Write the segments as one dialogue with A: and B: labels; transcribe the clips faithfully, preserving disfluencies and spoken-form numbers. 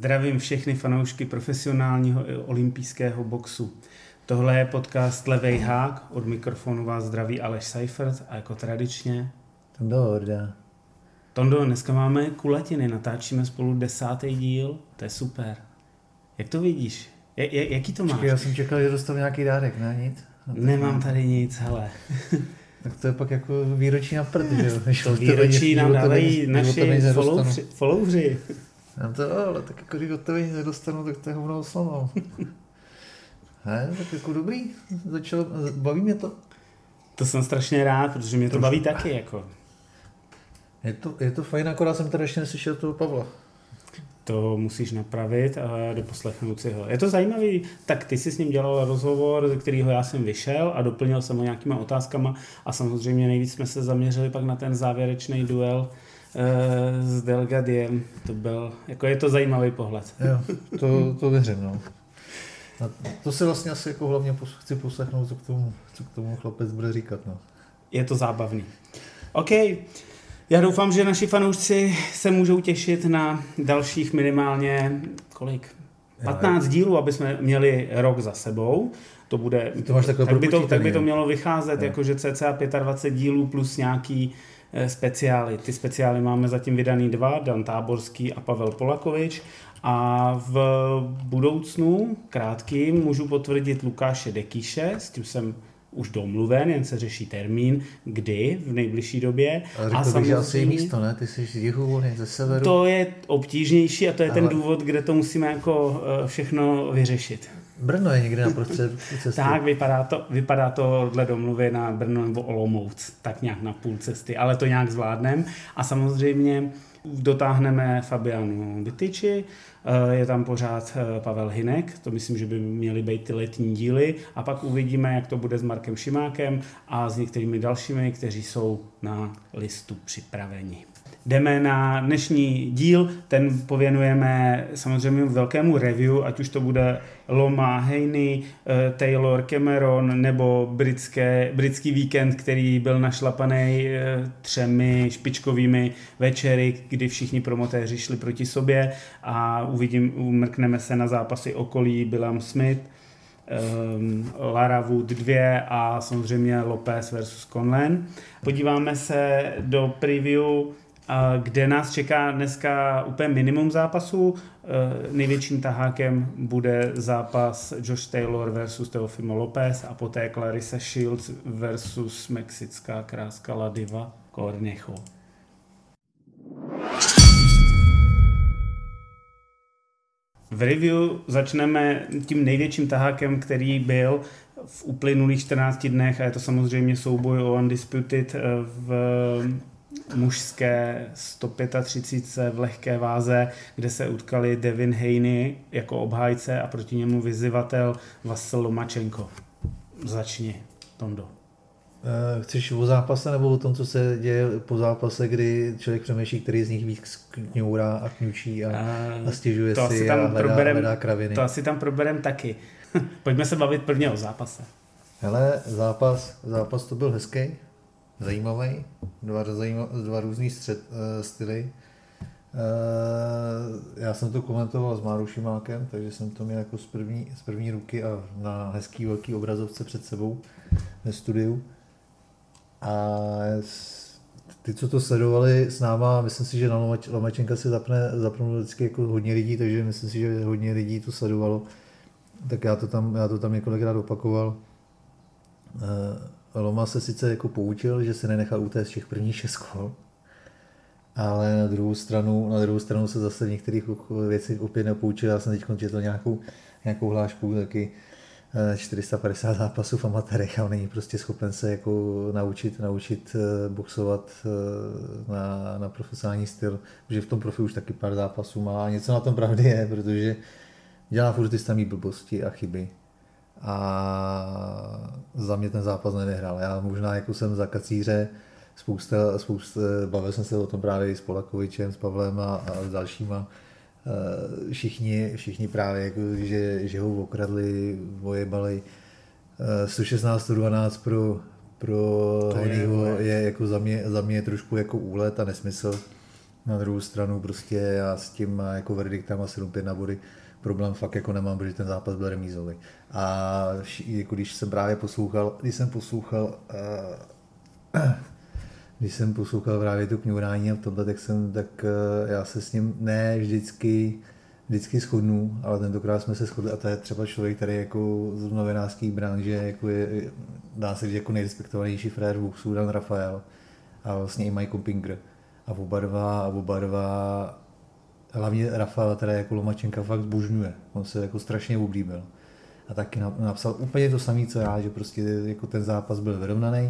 A: Zdravím všechny fanoušky profesionálního i olympijského boxu. Tohle je podcast Levej hák, od mikrofonu vás zdraví Aleš Seifert a jako tradičně...
B: Tondo Horda.
A: Tondo, dneska máme kulatiny, natáčíme spolu desátý díl, to je super. Jak to vidíš? J- jaký to máš?
B: Čekaj, já jsem čekal, že dostanu nějaký dárek, ne? Nic?
A: No, Nemám tady nic, hele.
B: Tak to je pak jako výročí na prd, že jo?
A: Výročí nám dávají naši followři.
B: Já to, ale tak jako když od tebe nic nedostanu, tak to je hovno oslavou. Ne, tak jako dobrý, začalo, baví mě to.
A: To jsem strašně rád, protože mě to, to baví taky, jako.
B: Je to, je to fajn, akorát jsem tady ještě neslyšel toho Pavla.
A: To musíš napravit a doposlechnout si ho. Je to zajímavý, tak ty jsi s ním dělal rozhovor, ze kterého já jsem vyšel a doplnil jsem ho nějakýma otázkama a samozřejmě nejvíc jsme se zaměřili pak na ten závěrečný duel e, s Delgadiem. To byl, jako je to zajímavý pohled.
B: Jo, to, to věřím, no. A to se vlastně asi jako hlavně chci poslechnout, co k tomu, co k tomu chlapec bude říkat, no.
A: Je to zábavný. OK. Já doufám, že naši fanoušci se můžou těšit na dalších minimálně kolik? patnáct dílů, aby jsme měli rok za sebou. To bude,
B: to máš
A: tak, by to, tak by to mělo vycházet, jakože cca dvacet pět dílů plus nějaký eh, speciály. Ty speciály máme zatím vydaný dva, Dan Táborský a Pavel Polakovič. A v budoucnu, krátkým, můžu potvrdit Lukáše Dekýše, s tím jsem už domluven, jen se řeší termín, kdy v nejbližší době.
B: Ale řekl bych, že asi místo, ne? Ty jsi z jihu, on je ze severu.
A: To je obtížnější a to je Ale... ten důvod, kde to musíme jako všechno vyřešit.
B: Brno je někde na prostředku cesty.
A: Tak, vypadá to, vypadá to dle domluvy na Brno nebo Olomouc, tak nějak na půl cesty, ale to nějak zvládneme. A samozřejmě dotáhneme Fabianu Bytyči, je tam pořád Pavel Hynek, to myslím, že by měly být ty letní díly a pak uvidíme, jak to bude s Markem Šimákem a s některými dalšími, kteří jsou na listu připraveni. Jdeme na dnešní díl, ten pověnujeme samozřejmě velkému review, ať už to bude Loma, Haney, Taylor, Cameron nebo britské, britský víkend, který byl našlapaný třemi špičkovými večery, kdy všichni promotéři šli proti sobě a uvidím, umrkneme se na zápasy okolí Billam Smith, Um, Lara Wood dva a samozřejmě Lopez versus Conlan. Podíváme se do preview, kde nás čeká dneska úplně minimum zápasů. Největším tahákem bude zápas Josh Taylor versus Teofimo Lopez a poté Clarissa Shields versus mexická kráska Ladiva Cornejo. V review začneme tím největším tahákem, který byl v uplynulých čtrnácti dnech a je to samozřejmě souboj o Undisputed v mužské sto třicet pět v lehké váze, kde se utkali Devin Haney jako obhájce a proti němu vyzývatel Vasil Lomachenko. Začni, Tondo.
B: Chceš o zápase nebo o tom, co se děje po zápase, kdy člověk přemýšlí, který z nich víc kňourá a kňučí a, a stěžuje
A: to
B: si
A: tam
B: a hledá,
A: proberem,
B: hledá kraviny.
A: To asi tam proberem taky. Pojďme se bavit prvně o zápase.
B: Hele, zápas, zápas to byl hezký, zajímavý, dva, zajímav, dva různý střed, uh, styly. Uh, já jsem to komentoval s Máru Šimákem, takže jsem to měl jako z první, z první ruky a na hezký velký obrazovce před sebou ve studiu. A ty, co to sledovali s náma, myslím si, že na Lomachenka si zapne, zapnul vždycky jako hodně lidí, takže myslím si, že hodně lidí to sledovalo. Tak já to tam, já to tam několikrát opakoval. Loma se sice jako poučil, že se nenechal utéct všech prvních šest kol, ale na druhou stranu, na druhou stranu se zase v některých věcech opět nepoučil. Já jsem teď četl nějakou, nějakou hlášku, taky čtyři sta padesát zápasů v amatérech a on není prostě schopen se jako naučit, naučit boxovat na, na profesionální styl, protože v tom profi už taky pár zápasů má a něco na tom pravdy je, protože dělá furt ty samý blbosti a chyby a za mě ten zápas nevyhrál. Já možná jako jsem za kacíře, spousta, spousta, bavil jsem se o tom právě s Polakovičem, s Pavlem a, a s dalšíma. Všichni, všichni právě, jako, že, že ho okradli, ojebali. sto šestnáct sto dvanáct pro, pro Henryho je, je jako za mě, za mě trošku jako úlet a nesmysl. Na druhou stranu prostě já s tím jako verdiktama sedm pět na body problém fakt jako nemám, protože ten zápas byl remízový. A jako když jsem právě poslouchal, když jsem poslouchal, uh, když jsem poslouchal právě tu kňourání a v tomhle, tak jsem, tak uh, já se s ním ne vždycky, vždycky shodnu, ale tentokrát jsme se shodli a to je třeba člověk, který jako z novinářských branže jako je, dá se říct jako nejrespektovanější frér v boxu, Dan Rafael a vlastně i Michael Pinger. A oba dva, a oba dva, hlavně Rafael, teda jako Lomačenka fakt zbožňuje, on se jako strašně oblíbil. A taky napsal úplně to samé, co já, že prostě jako ten zápas byl vyrovnaný,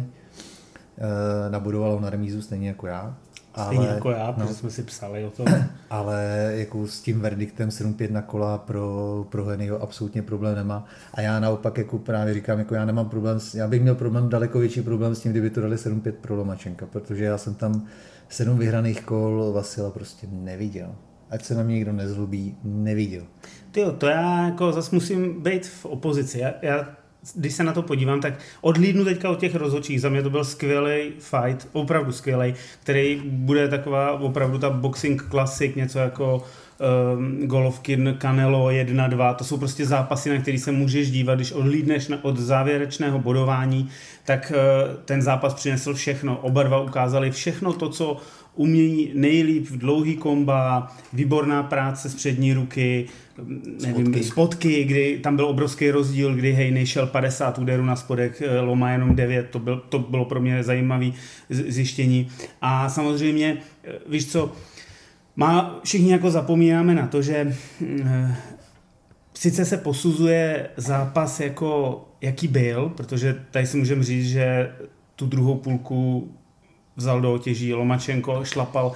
B: nabudoval ho na remízu stejně jako já.
A: Stejně
B: ale,
A: jako já,
B: no,
A: protože jsme si psali o tom.
B: Ale jako s tím verdiktem sedm pět na kola pro, pro Hennyho absolutně problém nemá. A já naopak jako právě říkám, jako já nemám problém, s, já bych měl problém, daleko větší problém s tím, kdyby to dali sedm pět pro Lomačenka, protože já jsem tam sedm vyhraných kol Vasila prostě neviděl. Ať se na mě někdo nezlobí, neviděl.
A: Tyjo, to já jako zase musím být v opozici. Já, já když se na to podívám, tak odhlídnu teďka od těch rozhodčích. Za mě to byl skvělý fight, opravdu skvělý, který bude taková opravdu ta boxing klasik, něco jako um, Golovkin, Canelo jedna dva. To jsou prostě zápasy, na který se můžeš dívat. Když odhlídneš na, od závěrečného bodování, tak uh, ten zápas přinesl všechno. Oba dva ukázali všechno to, co umějí nejlíp v dlouhý komba, výborná práce z přední ruky, nevím, spotky. spotky, kdy tam byl obrovský rozdíl, kdy Haney šel padesát úderů na spodek, Loma jenom devět, to, byl, to bylo pro mě zajímavé zjištění. A samozřejmě, víš co, má, všichni jako zapomínáme na to, že eh, sice se posuzuje zápas jako jaký byl, protože tady si můžeme říct, že tu druhou půlku vzal do otěží Lomačenko, šlapal,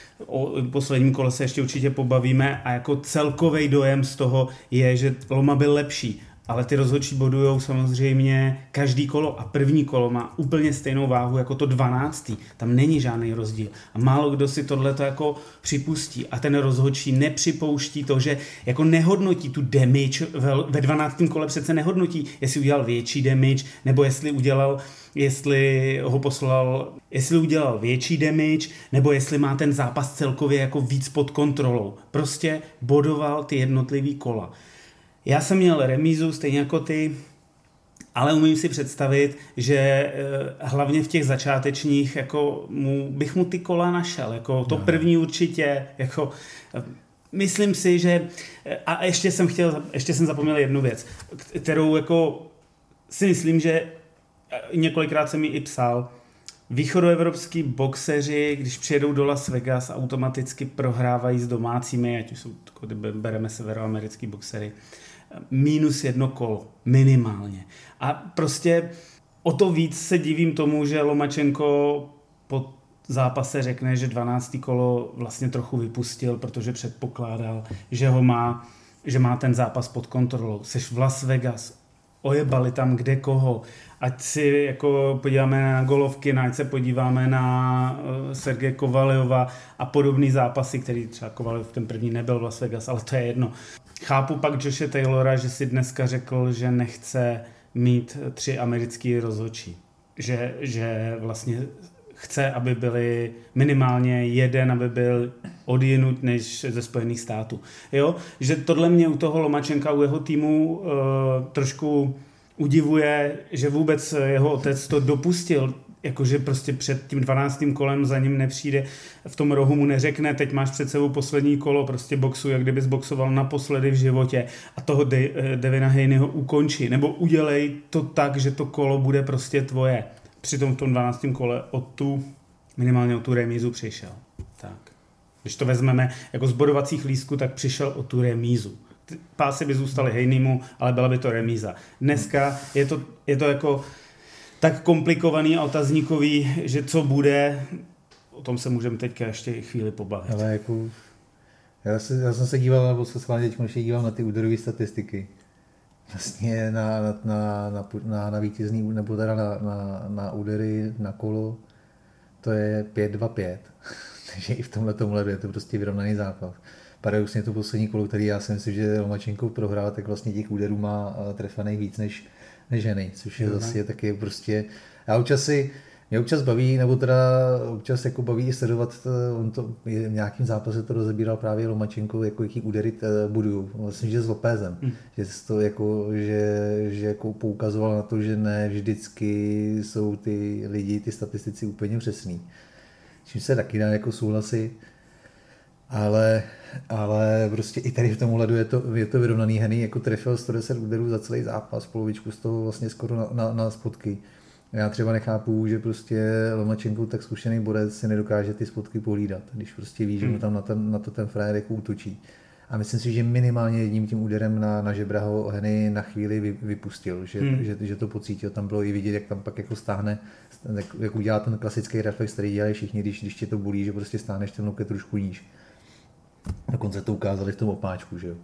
A: o posledním kole se ještě určitě pobavíme a jako celkový dojem z toho je, že Loma byl lepší, ale ty rozhodčí bodujou samozřejmě každý kolo a první kolo má úplně stejnou váhu jako to dvanáctý, tam není žádný rozdíl a málo kdo si tohleto jako připustí a ten rozhodčí nepřipouští to, že jako nehodnotí tu damage, ve dvanáctém kole přece nehodnotí, jestli udělal větší damage, nebo jestli udělal jestli ho poslal, jestli udělal větší damage, nebo jestli má ten zápas celkově jako víc pod kontrolou. Prostě bodoval ty jednotlivý kola. Já jsem měl remízu, stejně jako ty, ale umím si představit, že hlavně v těch začátečních jako mu, bych mu ty kola našel. Jako to první určitě, jako myslím si, že a ještě jsem chtěl, ještě jsem zapomněl jednu věc, kterou jako si myslím, že několikrát jsem mi i psal, východoevropský boxeři, když přijedou do Las Vegas, automaticky prohrávají s domácími, ať už jsou, bereme severoamerický boxery, minus jedno kolo, minimálně. A prostě o to víc se divím tomu, že Lomačenko po zápase řekne, že dvanácté kolo vlastně trochu vypustil, protože předpokládal, že ho má, že má ten zápas pod kontrolou. Seš v Las Vegas, ojebali tam kde koho, ať si jako podíváme na Golovkina, ať se podíváme na uh, Sergeje Kovaljova a podobný zápasy, který třeba Kovaljov ten první nebyl v Las Vegas, ale to je jedno. Chápu pak Joshe Taylora, že si dneska řekl, že nechce mít tři americký rozhodčí. Že, že vlastně chce, aby byli minimálně jeden, aby byl odjinud než ze Spojených států. Jo? Že tohle mě u toho Lomačenka, u jeho týmu uh, trošku udivuje, že vůbec jeho otec to dopustil, jakože prostě před tím dvanáctým kolem za ním nepřijde, v tom rohu mu neřekne, teď máš před sebou poslední kolo, prostě boxu, jak kdybys boxoval naposledy v životě a toho De- Devina Haneyho ukončí, nebo udělej to tak, že to kolo bude prostě tvoje. Přitom v tom dvanáctém kole o tu, minimálně o tu remízu přišel. Tak. Když to vezmeme jako z bodovacích lístků, tak přišel o tu remízu. Pásy by zůstaly Haneymu, ale byla by to remíza. Dneska je to, je to jako tak komplikovaný a otazníkový, že co bude, o tom se můžeme teďka ještě chvíli pobavit.
B: Ale jako, já, se, já jsem se díval, nebo se schválně teď ještě díval na ty úderové statistiky. Vlastně na, na, na, na, na, na vítězný, nebo teda na, na, na údery na kolo, to je pět dva pět. Takže i v tomhle tomhle je to prostě vyrovnaný zápas. Paradoxně to poslední kolo, který já si myslím, že Lomačenko prohrál, tak vlastně těch úderů má trefených víc než, než Haney, což je zase taky prostě... Já občas si, Mě občas baví, nebo teda občas jako baví sledovat, on to v nějakým zápase to rozebíral právě Lomachenko, jako jaký údery budují. Myslím, že s Lopézem. Hmm. Že, to jako, že, že jako poukazoval na to, že ne vždycky jsou ty lidi, ty statistici úplně přesný. Čím se taky dá jako souhlasit. Ale, ale prostě i tady v tom ohledu je to, je to vyrovnaný. Henny jako trefil sto deset úderů za celý zápas, polovičku z toho vlastně skoro na, na, na spotky. Já třeba nechápu, že prostě Lomachenko, tak zkušený borec, si nedokáže ty spotky pohlídat, když prostě ví, že mu tam na, ten, na to ten frajer jako útočí. A myslím si, že minimálně jedním tím úderem na, na žebra ho Henny na chvíli vy, vypustil, že, hmm. že, že to pocítil. Tam bylo i vidět, jak tam pak jako stáhne, jak, jak udělá ten klasický reflex, který dělají všichni, když, když tě to bolí, že prostě stáhneš ten loket trošku níž. Dokonce to ukázali v tom opáčku, že jo.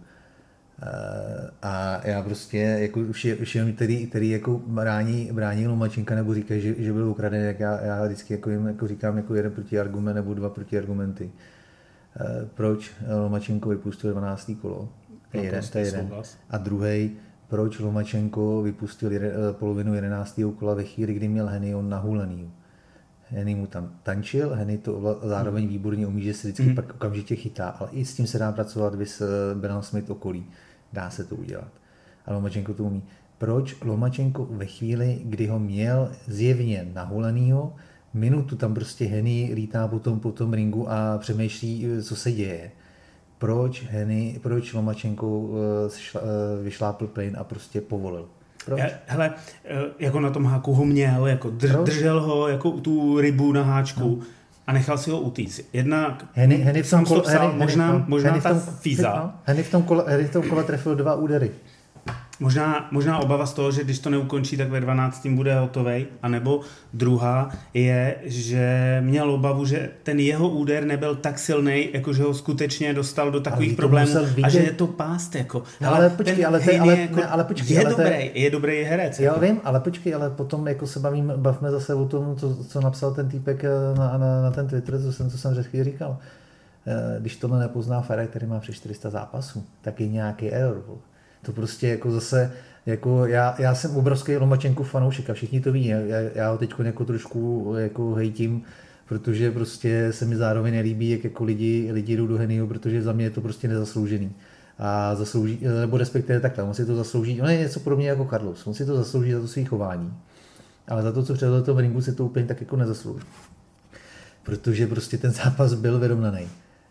B: A já prostě jako všem, který, který jako brání, brání Lomachenka nebo říkají, že, že byl ukradený, jak já, já vždycky jako jim jako říkám jako jeden protiargument nebo dva protiargumenty. Proč Lomachenko vypustil dvanácté kolo? To je jeden, to je jeden. A druhý, proč Lomachenko vypustil jeden, polovinu jedenáctého kola ve chvíli, kdy měl Henny on nahulený. Henny mu tam tančil, Henny to zároveň výborně umí, že se vždycky mm. pak okamžitě chytá, ale i s tím se dá pracovat, vys Bernal Smith okolí. Dá se to udělat. A Lomachenko to umí. Proč Lomachenko ve chvíli, kdy ho měl zjevně nahulenýho, minutu tam prostě Henny lítá po tom, po tom ringu a přemýšlí, co se děje. Proč Henny, proč Lomachenko vyšlápl plyn a prostě povolil? Proč?
A: Hele, jako na tom háku ho měl, jako drž, držel ho jako tu rybu na háčku no. a nechal si ho utíct. Jednak
B: Henny, Henny v tom kole,
A: psal,
B: Henny,
A: možná,
B: Henny,
A: možná
B: Henny
A: ta
B: tom,
A: fíza.
B: Henny v tom kole, Henny v tom kole trefil dva údery.
A: Možná, možná obava z toho, že když to neukončí, tak ve dvanáctém bude hotovej. A nebo druhá je, že měl obavu, že ten jeho úder nebyl tak silný, jako že ho skutečně dostal do takových problémů a že je to pást. Jako.
B: No, ale počkej, ale, te, ale, jako, ne, ale počkej,
A: je
B: ale
A: dobrý,
B: te,
A: je dobrý herec.
B: Já
A: jako.
B: vím, ale počkej, ale potom jako se bavím, bavme zase o tom, co, co napsal ten týpek na, na, na ten Twitter, co jsem, co jsem před chvíli říkal. Když tohle nepozná Ferrari, který má přes čtyři sta zápasů, tak je nějaký error. To prostě jako zase, jako já, já jsem obrovský Lomachenko fanoušek a všichni to ví, já, já ho teď jako trošku jako hejtím, protože prostě se mi zároveň nelíbí, jak jako lidi, lidi jdou do Hennyho, protože za mě je to prostě nezasloužený. A zaslouží, nebo respektive takhle, on si to zaslouží, on je něco podobně jako Carlos, on si to zaslouží za to svý chování, ale za to, co předvedl v tom ringu, si to úplně tak jako nezaslouží. Protože prostě ten zápas byl vyrovnaný.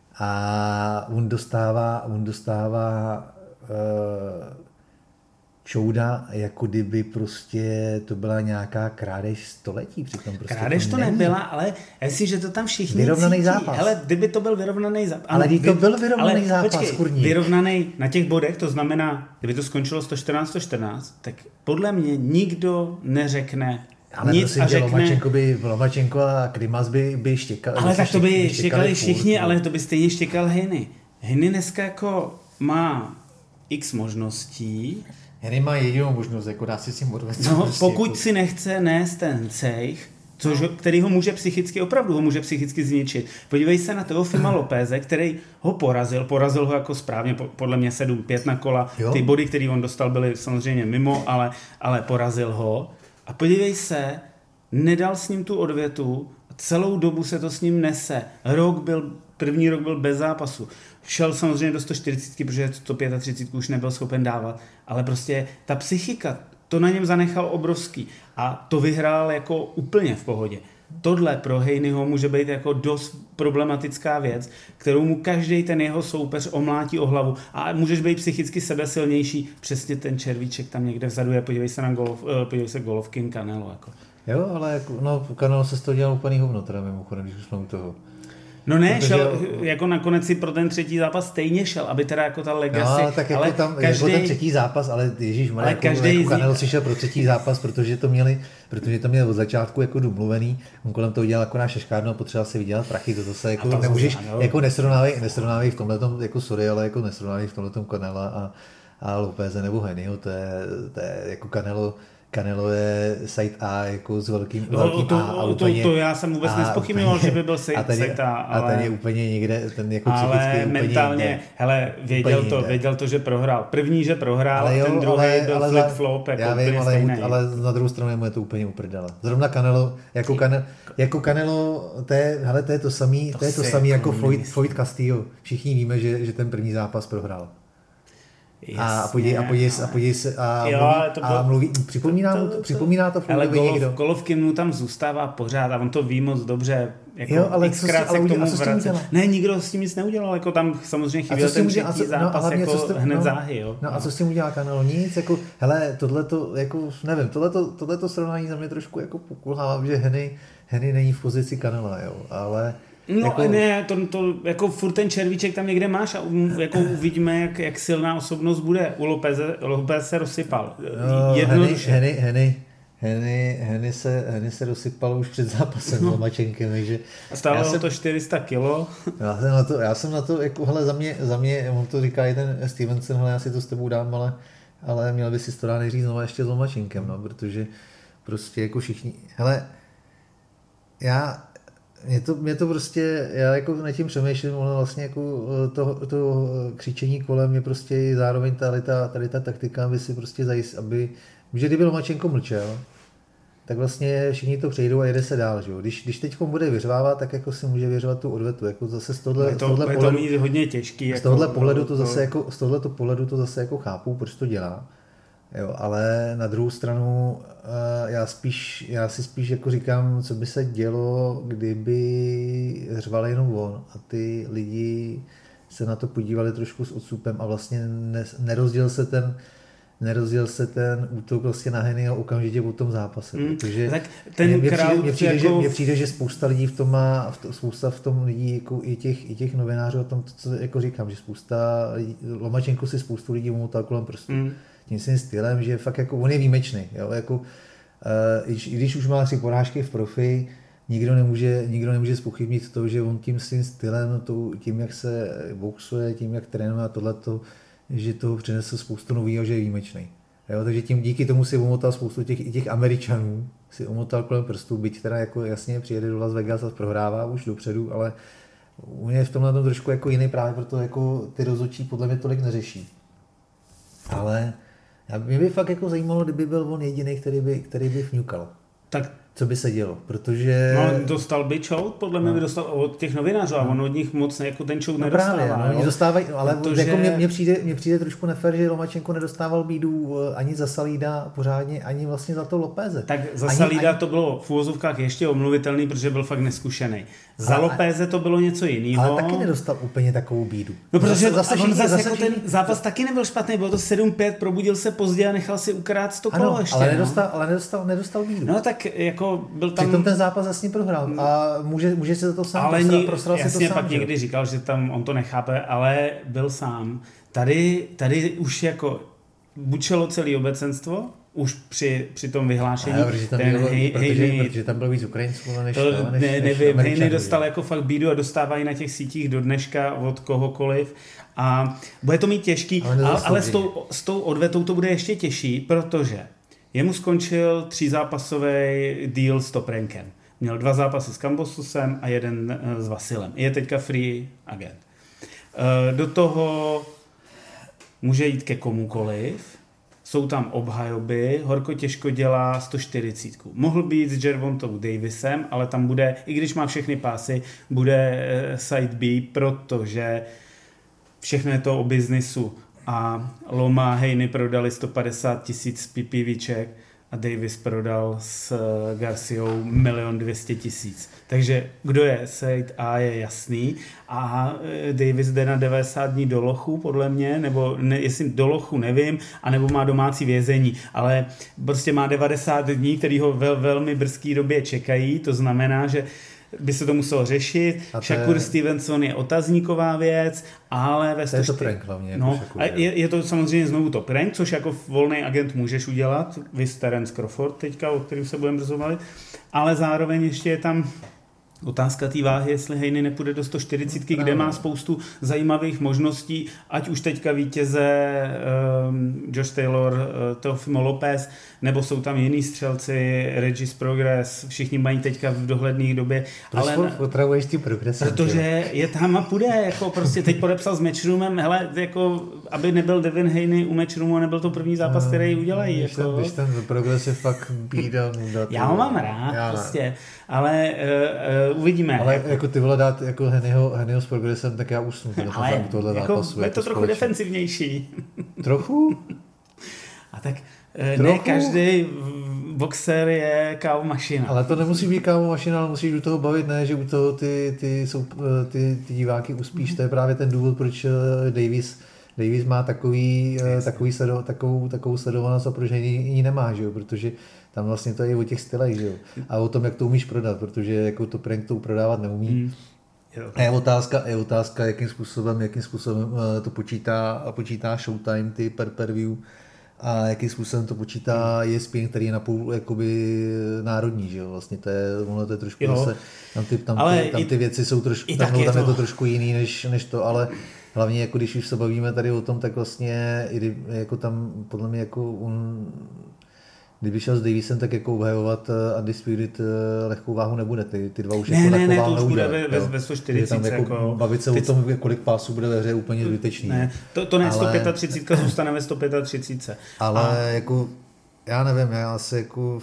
B: A on dostává, on dostává uh, čouda, jako kdyby prostě to byla nějaká krádež století. Přitom prostě
A: krádež to, to nebyla, ale jestli, že to tam všichni
B: vyrovnaný
A: cítí.
B: zápas.
A: Hele, kdyby to byl vyrovnaný zápas.
B: Ale kdyby to byl vyrovnaný
A: ale,
B: zápas,
A: počkej,
B: kurník.
A: Vyrovnaný na těch bodech, to znamená, kdyby to skončilo sto čtrnáct sto čtrnáct, tak podle mě nikdo neřekne
B: ale
A: nic
B: prosím,
A: a řekne...
B: Lomachenko, by, Lomachenko a Klimas by, by štěkali.
A: Ale tak to by štěkali, štěkali všichni,
B: furt,
A: ale to by stejně štěkal Henny. Henny dneska jako má x možností.
B: Henny má jedinou možnost, jako dá si s tím odvést.
A: No,
B: prostě
A: pokud
B: jako...
A: si nechce nést ten cejch, což, no. který ho může psychicky, opravdu ho může psychicky zničit. Podívej se na Teofima Lopéze, který ho porazil, porazil ho jako správně, podle mě sedm pět na kola. Jo. Ty body, který on dostal, byly samozřejmě mimo, ale, ale porazil ho. A podívej se, nedal s ním tu odvětu, celou dobu se to s ním nese. Rok byl, první rok byl bez zápasu. Šel samozřejmě do sto čtyřicet, protože sto třicet pět už nebyl schopen dávat, ale prostě ta psychika, to na něm zanechal obrovský a to vyhrál jako úplně v pohodě. Tohle pro Hennyho může být jako dost problematická věc, kterou mu každý ten jeho soupeř omlátí o hlavu a můžeš být psychicky sebesilnější, přesně ten červíček tam někde vzadu je, podívej se na golov, podívej se golovky Canelo. Jako.
B: Jo, ale jako, no, Canelo se z toho dělal úplný hovno, teda mimochodem, když už jsme u toho.
A: No ne, protože šel, jako nakonec si pro ten třetí zápas stejně šel, aby teda jako ta legacy,
B: no, ale tak jako
A: ale
B: tam,
A: každý,
B: jako ten třetí zápas, ale ježišmarja, jako,
A: každý
B: jako Canelo si šel pro třetí zápas, protože to měli, protože to měli od začátku jako domluvený, on kolem toho udělal jako náš šeškárnu a potřeboval si vydělat prachy, to zase jako nemůžeš, jako nesrovnávej, nesrovnávej v tomhletom, jako sorry, ale jako nesrovnávej v tomhletom Canela a, a Lopéze nebo Hennyho, to je, to je jako Canelo, Canelo je side A jako s velkým, velkým
A: to,
B: A a
A: to,
B: úplně,
A: to, to já jsem vůbec nespochybňoval, že by byl side A,
B: ten je,
A: ale,
B: a ten je úplně někde, ten jako
A: ale
B: psychicky úplně
A: mentálně,
B: jinde.
A: hele, věděl
B: úplně
A: to,
B: jinde.
A: věděl to, že prohrál. První, že prohrál,
B: ale jo,
A: ten druhý
B: ale,
A: byl
B: ale
A: flip-flop, jako
B: já vím, ale,
A: stejný.
B: ale na druhou stranu mu je to úplně uprdele. Zrovna Canelo, jako, Canelo, jako Canelo, to je, hele, to je to samý, to, to je to samý jako Floyd, Floyd Castillo. Všichni víme, že, že ten první zápas prohrál. Jasně, a podívej, a podívej, a podívej se a,
A: jo,
B: mluví,
A: to
B: a mluví, připomíná,
A: to,
B: mu
A: to,
B: to, připomíná to Floydovi někdo.
A: Ale Golovkin mu tam zůstává pořád a on to ví moc dobře. Jako
B: jo, ale co,
A: ale
B: ale
A: k tomu
B: co s tím udělal?
A: Ne, nikdo s tím nic neudělal, jako tam samozřejmě chyběl ten třetí
B: co,
A: zápas,
B: no,
A: jako
B: jste,
A: hned
B: no,
A: záhy, jo.
B: No a co s tím udělá Canelo? Nic, jako, hele, tohleto, jako, nevím, tohleto, tohleto srovnání za mě trošku jako pokulhává, že Henny, Henny není v pozici Canela, jo, ale
A: No
B: jako,
A: ne, to, to, jako furt ten červíček tam někde máš a um, jako uvidíme, jak, jak silná osobnost bude. U Lopeze, Lopez se rozsypal.
B: No,
A: Jednoduše.
B: Henny, Henny, Henny, Henny, se, Henny se rozsypal už před zápasem no. s Lomachenkem, takže...
A: A stálo jsem, to čtyři sta kilo.
B: Já jsem na to, já jsem na to jako, hele, za mě, za mě, on to říká i ten Stevenson, hele, já si to s tebou dám, ale, ale měl by si to dát nejdřív znovu ještě s Lomachenkem, no, protože prostě jako všichni, hele, já... Mě to, mě to prostě, já jako nad tím přemýšlím, ale vlastně jako to, to křičení kolem je prostě zároveň tady ta, tady ta taktika, aby si prostě zajist, aby, že kdyby Lomachenko mlčel, tak vlastně všichni to přejdou a jede se dál, že jo. Když, když teď bude vyřvávat, tak jako si může vyřvat tu odvetu, jako zase z tohle,
A: to,
B: z tohle
A: pohledu,
B: pohledu,
A: to mít hodně těžký.
B: Z
A: jako,
B: tohle pohledu to
A: to,
B: zase jako, z tohleto pohledu to zase jako chápu, proč to dělá. Jo, ale na druhou stranu já, spíš, já si spíš jako říkám, co by se dělo, kdyby řval jenom on a ty lidi se na to podívali trošku s odsupem a vlastně ne, nerozděl se ten nerozděl se ten útok vlastně na Hennyho okamžitě po tom zápase.
A: Hmm,
B: protože
A: tak ten
B: mně, přijde, mně, přijde,
A: jako...
B: že, mně přijde, že spousta lidí v tom má, v to, spousta v tom lidí, jako i těch, i těch novinářů o tom, co jako říkám, že spousta lidí, Lomachenko si spoustu lidí umotal kolem prstů. Hmm. Tím svým stylem, že fakt jako on je výjimečný. Jo? Jako, uh, i, I když už má tři porážky v profi, nikdo nemůže, nikdo nemůže zpochybnit to, že on tím svým stylem, to, tím, jak se boxuje, tím, jak trénuje a tohleto, že toho přinesl spoustu nového, že je výjimečný. Jo? Takže tím díky tomu si umotal spoustu těch, i těch Američanů, si umotal kolem prstů, byť teda jako jasně přijede do Las Vegas a prohrává už dopředu, ale on je v tomhle tom trošku jako jiný právě, proto jako ty rozhodčí podle mě tolik neřeší. Ale mě by fakt jako zajímalo, kdyby byl on jediný, který by, který by fňukal.
A: Tak
B: co by se dělo, protože...
A: No, dostal by čout, podle mě no. by dostal od těch novinářů, a on od nich moc jako ten čout
B: no
A: nedostává.
B: Právě, no, oni dostávají, ale
A: protože...
B: jako mně, mně, přijde, mně přijde trošku nefér, že Lomachenko nedostával bídu ani za Salída pořádně, ani vlastně za to Lopéze.
A: Tak za
B: ani,
A: Salída
B: ani...
A: to bylo v úvozovkách ještě omluvitelný, protože byl fakt neskušený. Za ale, Lopéze to bylo něco jiného.
B: Ale taky nedostal úplně takovou bídu.
A: No protože zase, zase,
B: všichni,
A: zase,
B: zase
A: jako
B: všichni...
A: ten zápas taky nebyl špatný, bylo to sedm pět, probudil se pozdě a nechal si ukrát to kolo
B: ano,
A: ještě.
B: ale
A: no.
B: nedostal, ale nedostal, nedostal bídu.
A: No tak jako byl tam...
B: Přitom ten zápas jasně prohrál a může, může si to sám,
A: ale
B: prosral,
A: ní,
B: prosral si to
A: jasně
B: sám.
A: pak že? Někdy říkal, že tam on to nechápe, ale byl sám. Tady, tady už jako bučelo celé obecenstvo, už při, při tom vyhlášení.
B: A, protože, tam
A: ten
B: bylo,
A: hej,
B: protože,
A: hej,
B: protože tam bylo víc Ukrajinců, než
A: to,
B: to, než,
A: ne,
B: než
A: nevím, Hejny
B: dostal
A: dostal jako fakt bídu a dostávají na těch sítích do dneška od kohokoliv a bude to mít těžký, ale, ale, ale s, tou, s tou odvetou to bude ještě těžší, protože jemu skončil třízápasový deal s Top Rankem. Měl dva zápasy s Kambosusem a jeden s Vasilem. Je teďka free agent. Do toho může jít ke komukoliv. Jsou tam obhajoby, horko těžko dělá sto čtyřicet. Mohl být s Gervontou Davisem, ale tam bude, i když má všechny pásy, bude side B, protože všechno je to o biznisu. A Loma Hejny prodali sto padesát tisíc PPVček a Davis prodal s Garciou milion dvěstě tisíc. Takže kdo je side A je jasný a Davis jde na devadesát dní do lochu, podle mě, nebo ne, jestli do lochu nevím, anebo má domácí vězení, ale prostě má devadesát dní, který ho vel, velmi brzký době čekají, to znamená, že by se to muselo řešit. Shakur je... Stevenson je otazníková věc, ale ve
B: to je to prank hlavně.
A: No,
B: jako
A: a je, je to samozřejmě znovu to prank, což jako volný agent můžeš udělat, vys Terence Crawford teďka, o kterým se budeme brzo bavit, ale zároveň ještě je tam otázka té váhy, jestli Hejny nepůjde do sto čtyřicet, no, kde má spoustu zajímavých možností, ať už teďka vítěze um, Josh Taylor, uh, Teofimo Lopez, nebo jsou tam jiný střelci, Regis Progress, všichni mají teďka v dohledné době.
B: Proč ale potřebuješ ty progresy?
A: Protože je tam a půjde, jako prostě teď podepsal s Matchroomem, hele, jako, aby nebyl Devin Haney u Matchroom a nebyl to první zápas, který udělají.
B: Když,
A: jako.
B: ten, když ten progres je fakt bídal.
A: Já ho mám rád, já prostě, ne. ale uh, uh, uvidíme.
B: Ale
A: jako,
B: jako ty vole dát jako Hennyho, Hennyho s progresem, tak já usnu.
A: Ale tohle jako, zápasu, je to, to trochu defensivnější.
B: Trochu?
A: A tak trochu? Ne každý boxer je kávo mašina.
B: Ale to nemusí být kávo mašina, ale musíš u toho bavit, ne, že u toho ty, ty, jsou, ty, ty diváky uspíš. To je právě ten důvod, proč Davis, Davis má takový, takový sledo, takovou, takovou sledovanost a proč ji nemá, že jo? Protože tam vlastně to je o těch stylech, že jo? A o tom, jak to umíš prodat, protože jako to prank to prodávat neumí. Hmm. A je otázka, je otázka, jakým způsobem, jakým způsobem to počítá, počítá Showtime, ty per per view, a jakým způsobem to počítá E S P N, který je napůl jakoby národní, že jo, vlastně to je, ono to je trošku zase, tam ty, tam ty, tam ty věci jsou trošku, tam, tam je, to... je to trošku jiný než, než to, ale hlavně jako když už se bavíme tady o tom, tak vlastně jako tam podle mě jako on, kdyby šel s Davisem, tak jako obhajovat Undisputed lehkou váhu nebude. Ty, ty dva už
A: ne,
B: jako
A: ne,
B: lehkou
A: ne,
B: váhu
A: to už
B: neudělá.
A: bude ve, ve sto čtyřicet.
B: Tam jako
A: jako,
B: bavit se ty... o tom, kolik pásů bude ve hře, je úplně zbytečný.
A: Ne, to, to ne ale... sto třicet pět zůstane ve sto třicet pět.
B: Ale a... jako, já nevím, já asi jako...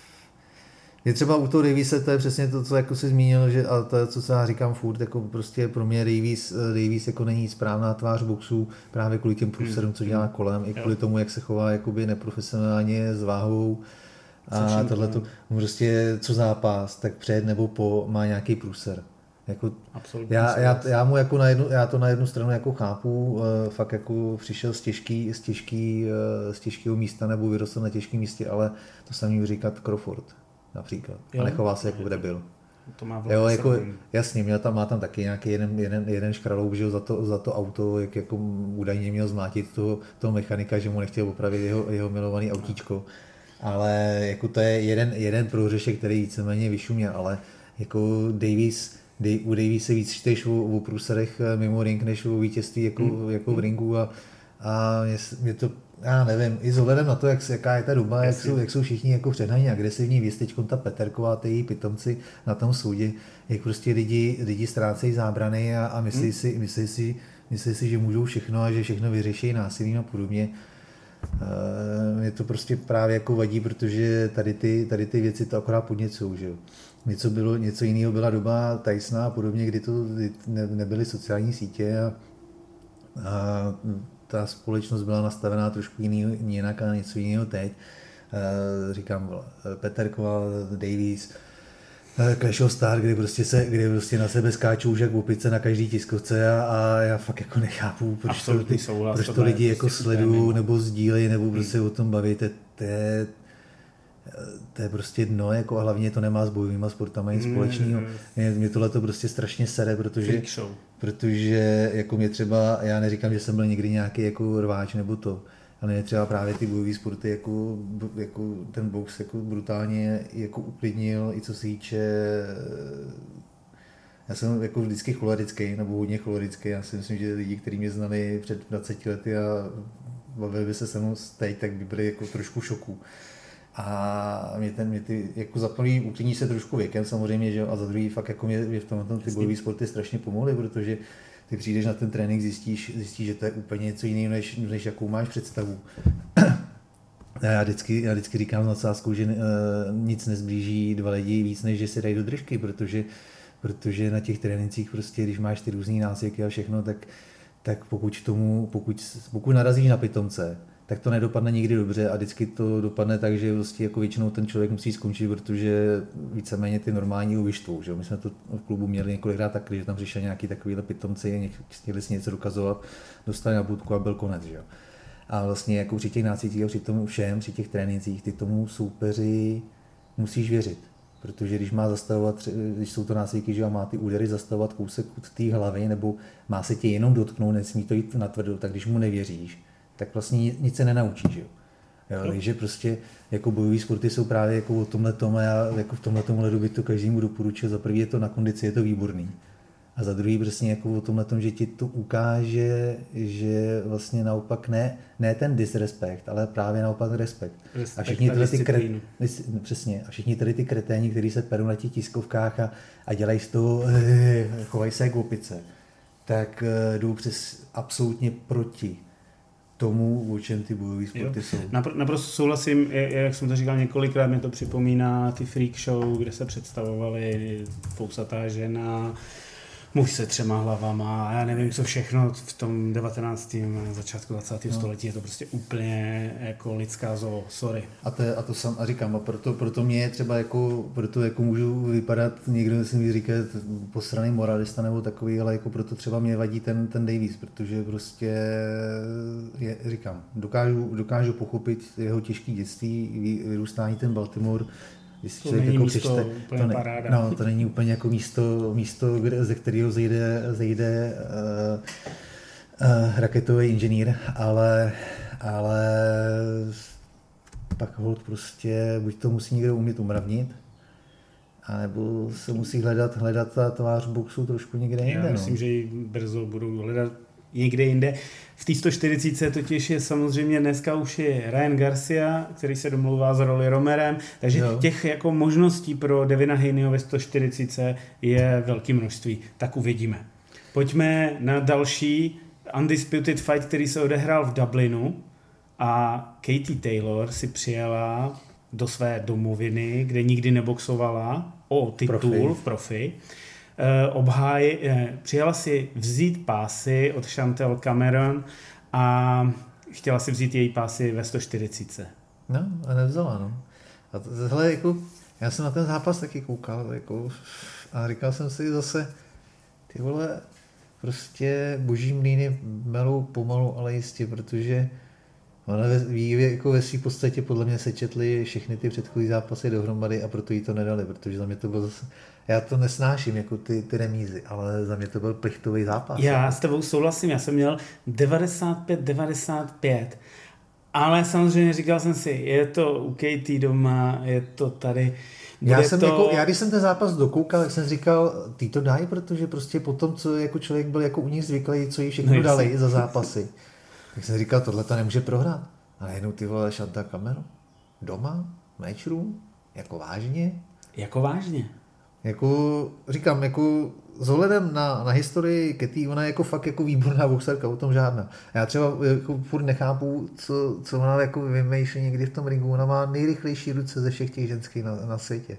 B: Je třeba u toho Davise, to je přesně to, co jako jsi zmínil, že, a to je, co se já říkám furt, jako prostě pro mě Davis, Davis jako není správná tvář boxu, právě kvůli těm průserům, co dělá kolem, i kvůli tomu, jak se chová jakoby neprofesionálně s váhou. A tohleto, prostě co zápas, tak před nebo po má nějaký průser. Jako, já, já, já, mu jako na jednu, já to na jednu stranu jako chápu, uh, fakt jako přišel z, těžký, z, těžký, uh, z těžkého místa nebo vyrostl na těžkém místě, ale to samý říkat Crawford například. Jo. A nechová se jako kde byl.
A: To má
B: jo, jako, jasně, měl tam, má tam taky nějaký jeden, jeden, jeden škraloup, že za to, za to auto, jak jako údajně měl zmátit toho, toho mechanika, že mu nechtěl opravit jeho, jeho milovaný autíčko. Ale jako to je jeden, jeden průřešek, který víceméně vyšuměl, ale jako Davis, Dave, u Davise víc čteš o, o průserech mimo ring, než o vítězství jako, mm. jako v ringu a, a mě, mě to, já nevím, i s ohledem na to, jak, jaká je ta doba, jak jsou, jak jsou všichni jako předhaní agresivní, víc teďkon ta Peterková, ty její pitomci na tom soudě, jak prostě lidi, lidi ztrácejí zábrany a, a myslí, mm. si, myslí, si, myslí si, že můžou všechno a že všechno vyřeší násilím a podobně. Mě to prostě právě jako vadí, protože tady ty, tady ty věci to akorát podněcují, že jo. Něco, bylo, něco jiného byla doba Tysona a podobně, kdy to ne, nebyly sociální sítě a, a ta společnost byla nastavená trošku jiný, jinak a něco jiného teď. Říkám, Peterková, Davis, Clash of Stars, kdy prostě, se, kdy prostě na sebe skáčou už jak opice na každý tiskovce a, a já fakt jako nechápu, proč to, ty, souhlas, proč to, to lidi jako sledují nebo sdílejí nebo prostě hmm. o tom baví, to, to, je, to je prostě dno, jako, a hlavně to nemá s bojovýma sportama nic hmm. společného. Mě, mě tohle to prostě strašně sere, protože, protože jako mě třeba, já neříkám, že jsem byl nikdy nějaký jako rváč nebo to, ale je třeba právě ty bojové sporty, jako, jako ten box jako brutálně jako uklidnil, i co se týče, já jsem jako vždycky cholerický, nebo hodně cholerický, já si myslím, že lidi, kteří mě znali před dvaceti lety a bavili by se se mnou teď, tak by byli jako trošku v šoku. A mě, ten, mě ty, jako za první uklidní se trošku věkem samozřejmě, že, a za druhý fakt jako mě, mě v tomhle ty bojové sporty strašně pomohly, protože ty přijdeš na ten trénink, zjistíš, zjistíš, že to je úplně něco jiného, než, než jakou máš představu. Já vždycky, já vždycky říkám s nadsázkou, že uh, nic nezblíží dva lidi víc, než že se dají do držky, protože, protože na těch trénincích prostě, když máš ty různý nácviky a všechno, tak, tak pokud, tomu, pokud, pokud narazíš na pitomce, tak to nedopadne nikdy dobře a vždycky to dopadne tak, že vlastně jako většinou ten člověk musí skončit, protože víceméně ty normální ho vyštvou. Že? My jsme to v klubu měli několikrát tak, že tam přišel nějaký takovýhle pitomci, chtěli si něco dokazovat, dostali na budku a byl konec. Že? A vlastně jako při těch nácvicích a při tomu všem, při těch trénincích, ty tomu soupeři musíš věřit. Protože když má zastavovat, když jsou to nácviky, že má ty údery zastavovat kousek od té hlavy, nebo má se tě jenom dotknout, nesmí to jít natvrdo, tak když mu nevěříš, tak vlastně nic se nenaučí, že jo. jo takže prostě jako bojové sporty jsou právě jako o tomhle tom a já jako v tomhle tomu ledu bych to každému doporučil. Za prvý je to na kondici, je to výborný. A za druhý prostě jako o tomhle tom, že ti to ukáže, že vlastně naopak ne, ne ten disrespekt, ale právě naopak respekt.
A: Respekt
B: a všichni
A: a
B: ty kre,
A: disciplínu.
B: přesně, a všichni tady ty kreténi, kteří se perou na těch tiskovkách a, a dělají z toho, chovají se jak opice, tak uh, jdou přes absolutně proti tomu, o čem ty bojové sporty jo. jsou.
A: Napr- naprosto souhlasím, jak jsem to říkal několikrát, mě to připomíná ty freak show, kde se představovaly fousatá žena, muž se třema hlavama a já nevím, co všechno v tom devatenáctém začátku dvacátého No. století, je to prostě úplně jako lidská zoo, sorry.
B: A to, je, a to sam, a říkám, a proto, proto mě je třeba jako, proto jako můžu vypadat, někdo si mi říká posraný moralista nebo takový, ale jako proto třeba mě vadí ten, ten Davies, protože prostě, je, říkám, dokážu, dokážu pochopit jeho těžký dětství, vyrůstání ten Baltimore.
A: To není jako místo přečte, úplně
B: to ne,
A: paráda.
B: No, to není úplně jako místo, místo kde, ze kterého zejde, zejde uh, uh, raketový inženýr, ale, ale pak hold prostě buď to musí někdo umět umravnit, anebo se musí hledat, hledat ta tvář boxu trošku někde jinde.
A: Já myslím, no. že ji brzo budou hledat někde jinde. V té sto čtyřicet totiž je samozřejmě dneska už je Ryan Garcia, který se domlouvá s Rolly Romerem, takže jo. těch jako možností pro Devina Haneyho ve sto čtyřicet je velké množství. Tak uvidíme. Pojďme na další Undisputed Fight, který se odehrál v Dublinu a Katie Taylor si přijela do své domoviny, kde nikdy neboxovala, o titul profi. v profi. Obháj, přijala si vzít pásy od Chantel Cameron a chtěla si vzít její pásy ve sto čtyřicet.
B: No, a nevzala, no. A tohle, jako, já jsem na ten zápas taky koukal, jako, a říkal jsem si zase, ty vole, prostě boží mlýny melou pomalu, ale jistě, protože ona ve, jako ve svý podstatě podle mě sečetli všechny ty předchozí zápasy dohromady a proto jí to nedali, protože za mě to bylo zase, já to nesnáším jako ty, ty remízy, ale za mě to byl plichtový zápas.
A: Já s tebou souhlasím, já jsem měl devadesát pět devadesát pět, ale samozřejmě říkal jsem si, je to u Katie doma, je to tady.
B: Já, jsem
A: to...
B: jako, já když jsem ten zápas dokoukal, tak jsem říkal, ty to dají, protože prostě potom, co jako člověk byl jako u nich zvyklý, co jí všechno no, dali za zápasy, tak jsem říkal, tohle to nemůže prohrát. A jednou ty vole Chantel Cameron, doma, matchroom, jako vážně.
A: Jako vážně.
B: Jako, říkám, jako s ohledem na, na historii Katie, ona je jako fakt jako výborná boxerka, o tom žádná. Já třeba jako furt nechápu, co, co ona jako vymýšlí někdy v tom ringu. Ona má nejrychlejší ruce ze všech těch ženských na, na světě.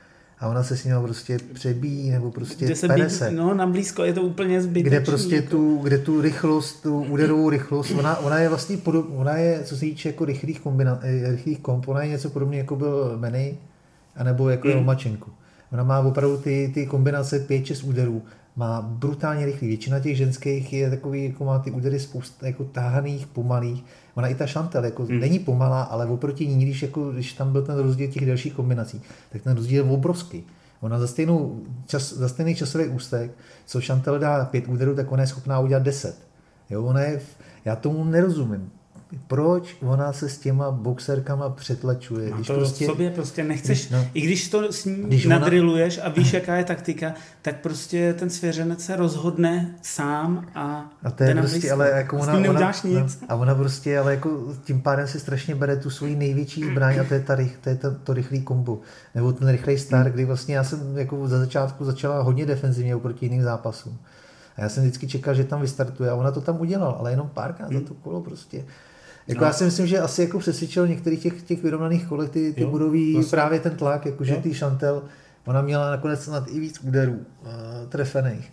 B: A ona se s ním prostě přebíjí, nebo prostě
A: kde se
B: pere
A: bí,
B: se.
A: No, na blízko je to úplně zbytečný.
B: Kde prostě jako... tu, kde tu rychlost, tu úderovou rychlost, ona, ona je vlastně podob, ona je, co se týče jako rychlých, kombina, rychlých komp, ona je něco podobně jako byl Manny, anebo jako mm. Lomachenko. Ona má opravdu ty, ty kombinace pět šest úderů, má brutálně rychlý. Většina těch ženských je takový, jako má ty údery spousta jako táhaných, pomalých. Ona i ta Chantel jako mm. není pomalá, ale oproti ní, když, jako, když tam byl ten rozdíl těch dalších kombinací, tak ten rozdíl je obrovský. Ona za, stejnou čas, za stejný časový ústek, co Chantel dá pět úderů, tak ona je schopná udělat deset. Jo, ona je, já tomu nerozumím. Proč ona se s těma boxerkama přetlačuje?
A: No
B: když
A: to
B: prostě,
A: v sobě prostě nechceš, když, no, i když to s ní
B: když
A: nadriluješ
B: ona...
A: a víš, jaká je taktika, tak prostě ten svěřenec se rozhodne sám a,
B: a to je prostě, ale jako ona,
A: s tím
B: neudáš
A: ona, nic.
B: No, a ona prostě, ale jako tím pádem si strašně bere tu svoji největší zbraň a to je, ta, to, je ta, to rychlý kombo. Nebo ten rychlej start, kdy vlastně já jsem jako za začátku začala hodně defenzivně oproti jiným zápasům. A já jsem vždycky čekal, že tam vystartuje a ona to tam udělala, ale jenom párkrát za to kolo prostě. Jako no. Já si myslím, že asi jako přesvědčil některých těch, těch vyrovnaných kolek ty, ty budový vlastně. Právě ten tlak, jakože ty Chantel, ona měla nakonec snad i víc úderů uh, trefených,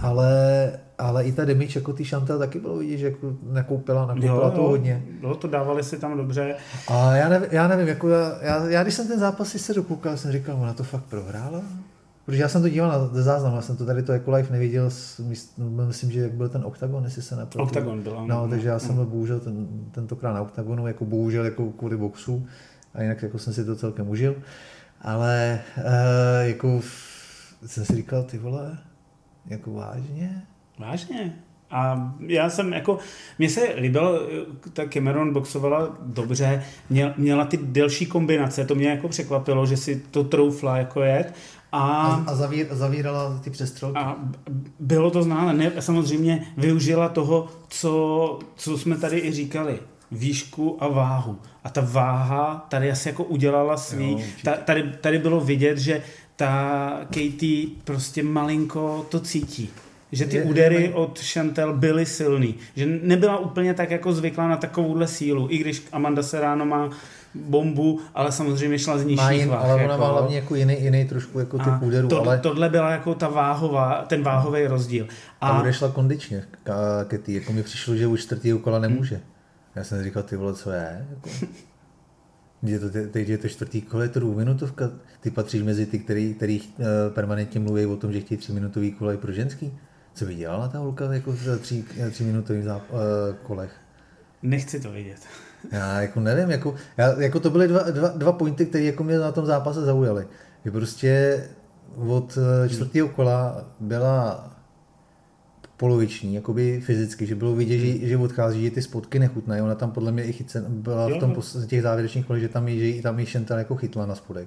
B: ale, ale i ta damage jako ty Chantel taky bylo vidět, že jako nakoupila, nakoupila to hodně.
A: Jo, to dávali si tam dobře.
B: A já nevím, já, nevím jako já, já, já když jsem ten zápas si se dokoukal, jsem říkal, ona to fakt prohrála? Protože já jsem to díval na záznam, já jsem to tady to jako live neviděl, myslím, že jak byl ten Octagon, jestli se nepletu.
A: Octagon byl,
B: no, takže já jsem byl bohužel ten, tentokrát na Octagonu, jako bohužel jako kvůli boxu, a jinak jako jsem si to celkem užil, ale e, jako jsem si říkal, ty vole, jako vážně?
A: Vážně? A já jsem jako, mně se líbilo, ta Cameron boxovala dobře, měla ty delší kombinace, to mě jako překvapilo, že si to troufla jako jet. A,
B: a, a zavír, zavírala ty přestřelky.
A: A bylo to znát, ne, samozřejmě využila toho, co, co jsme tady i říkali, výšku a váhu. A ta váha tady asi jako udělala svý. Jo, ta, tady, tady bylo vidět, že ta Katie prostě malinko to cítí. Že ty je, údery je, od Chantel byly silný. Že nebyla úplně tak jako zvyklá na takovouhle sílu. I když Amanda Serrano má bombu, ale samozřejmě šla z nižších váh.
B: Ale ona
A: jako,
B: má hlavně jako jiný, jiný trošku jako typ úderů.
A: To,
B: ale...
A: Tohle byla jako ta váhová, ten váhový rozdíl.
B: A, a odešla kondičně, Katie. Jako mi přišlo, že už čtvrtýho kola nemůže. Hmm. Já jsem říkal, ty vole, co je? Jako... Je to, teď je to čtvrtý kolo, je to dvouminutovka. Ty patříš mezi ty, který, který uh, permanentně mluví o tom, že chtějí tříminutový kola i pro ženský. Co by dělala ta holka jako v tří, tříminutových záp, uh, kolech?
A: Nechci to vidět.
B: Já jako nevím, jako, já, jako to byly dva, dva, dva pointy, které jako mě na tom zápase zaujaly. Že prostě od čtvrtého kola byla poloviční, jakoby fyzicky, že bylo vidět, že, že odchází, že ty spotky nechutnají. Ona tam podle mě i chycen, byla v tom těch závěrečných kolech, že tam ji, tam ji Chantal jako chytla na spodek.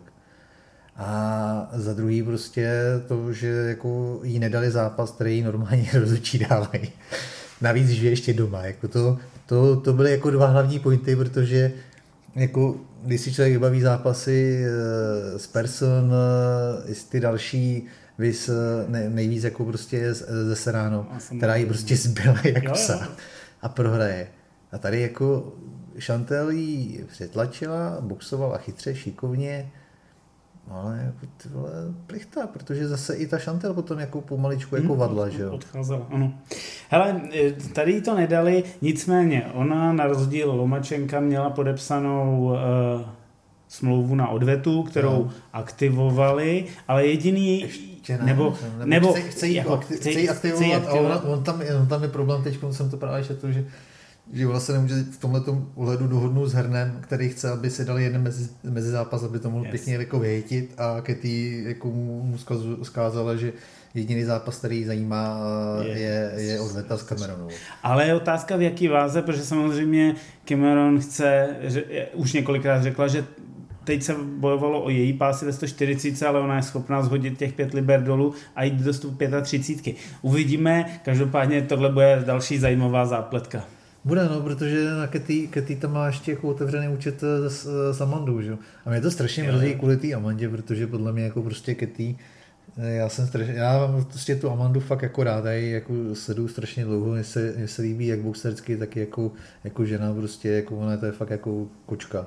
B: A za druhý prostě to, že jako jí nedali zápas, který jí normálně rozhodčí dávají. Navíc, že ještě doma. Jako to, to, to byly jako dva hlavní pointy, protože jako, když si člověk baví zápasy s Person, i ty další, vys ne, nejvíc jako prostě ze Serrano, která jí prostě zbyla jak psa a prohraje. A tady jako Chantel jí přetlačila, boxovala chytře, šikovně, ale jako ty vole plichta, protože zase i ta Chantel potom jako pomaličku jako vadla, že jo.
A: Odcházela, ano. Hele, tady to nedali, nicméně ona na rozdíl Lomačenka měla podepsanou uh, smlouvu na odvetu, kterou no. aktivovali, ale jediný
B: Ještě ne,
A: nebo,
B: nebo,
A: nebo
B: chce, chce, jí,
A: jako,
B: chce, chce jí aktivovat, chce aktivovat. A on, on, tam, on tam je problém, teď jsem to právě četl, že že vlastně nemůže v tomhletom ohledu dohodnout s Hernem, který chce, aby si dali jeden mezi, mezi zápas, aby to mohl yes. pěkně jako vyhejtit a Katie jako mu, mu zkázala, že jediný zápas, který zajímá, je, je, je odveta s Cameronou.
A: Ale je otázka v jaký váze, protože samozřejmě Cameron chce, že, už několikrát řekla, že teď se bojovalo o její pásy ve sto čtyřicet, ale ona je schopná zhodit těch pět liber dolů a jít do sto třicet pět. Uvidíme, každopádně tohle bude další zajímavá zápletka.
B: Bude, no, protože na Katie, Katie tam má ještě jako otevřený účet s, s Amandou, že? A mě to strašně mrzí kvůli té Amandě, protože podle mě jako prostě Katie, já jsem strašně, já mám prostě tu Amandu fakt jako rád, já ji jako sleduju strašně dlouho, mně se, mně se líbí jak boxersky, tak jako, jako žena prostě, jako ona to je fakt jako kočka.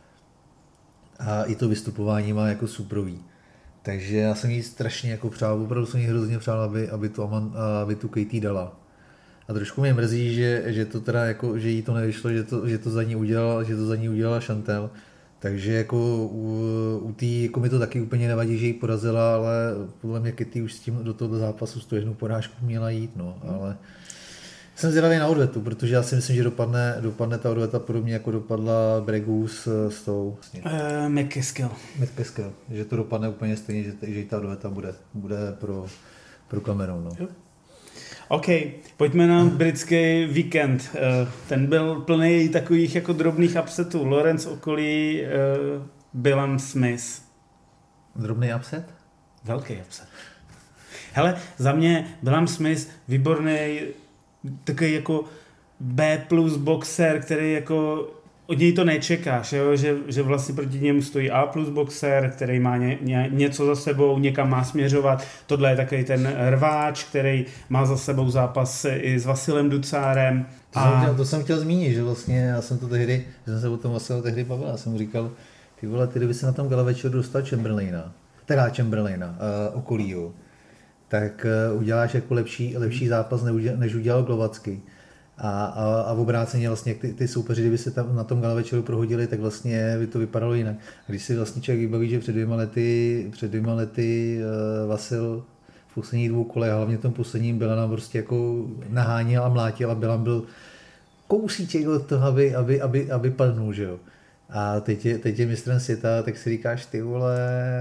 B: A i to vystupování má jako suprový. Takže já jsem jí strašně jako přál, opravdu jsem jí hrozně přál, aby, aby, tu Amand, aby tu Katie dala. A trošku mě mrzí, že, že to teda jako, že jí to nevyšlo, že to, že to za ní udělala, že to za ní udělala Chantel. Takže jako u, u tý, jako mi to taky úplně nevadí, že ji porazila, ale podle mě Katie už s tím do toho zápasu s tou jednou porážkou měla jít, no, ale jsem zvědavý na odvetu, protože já si myslím, že dopadne, dopadne ta odveta podobně jako dopadla Bregu s, s tou.
A: Uh, McCaskill.
B: McCaskill, že to dopadne úplně stejně, že, že ta odveta bude, bude pro, pro Cameron, no.
A: OK, pojďme na britský víkend. Ten byl plný takových jako drobných upsetů. Lawrence okolí, uh, Billam Smith.
B: Drobný upset?
A: Velký upset. Hele, za mě Billam Smith, výborný, takový jako B plus boxer, který jako od něj to nečekáš, jo? Že, že vlastně proti němu stojí A plus boxer, který má ně, ně, něco za sebou, někam má směřovat. Tohle je takový ten rváč, který má za sebou zápas i s Vasilem Ducárem.
B: To, a... jsem chtěl, to jsem chtěl zmínit, že vlastně já jsem to tehdy, že jsem se o tom Vasilu tehdy bavil, já jsem mu říkal, ty vole, ty kdyby si na tom gala večer dostal Chamberlaina, teda Chamberlaina, uh, okolího, tak uh, uděláš jako lepší, lepší zápas, než udělal Glovacky. A, a, a v obráceně vlastně ty, ty soupeři, kdyby se tam na tom gala večeru prohodili, tak vlastně by to vypadalo jinak. A když si vlastně člověk vybaví, že před dvěma lety, před dvěma lety uh, Vasil v posledních dvou kolech, hlavně v tom posledním Bilana prostě jako naháněl a mlátil a Bilan byl kousíček od toho, aby, aby, aby, aby padnul, že jo. A teď je, teď je mistrem světa, tak si říkáš, ty vole,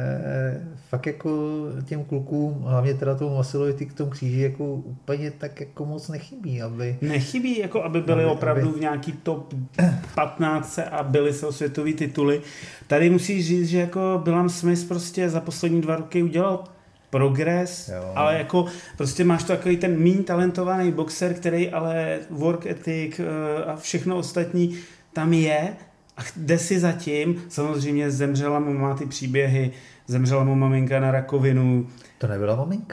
B: fakt jako těm klukům, hlavně teda tomu Vasilovi k tomu kříži, jako úplně tak jako moc nechybí, aby...
A: Nechybí, jako aby byli aby, opravdu aby... v nějaký top patnáct a byli celosvětový tituly. Tady musíš říct, že jako Billam Smith prostě za poslední dva roky udělal progres, jo. Ale jako prostě máš to takový ten míň talentovaný boxer, který ale work ethic a všechno ostatní tam je a jde si zatím. Samozřejmě zemřela mu, má ty příběhy, zemřela mu maminka na rakovinu.
B: To nebyla maminka?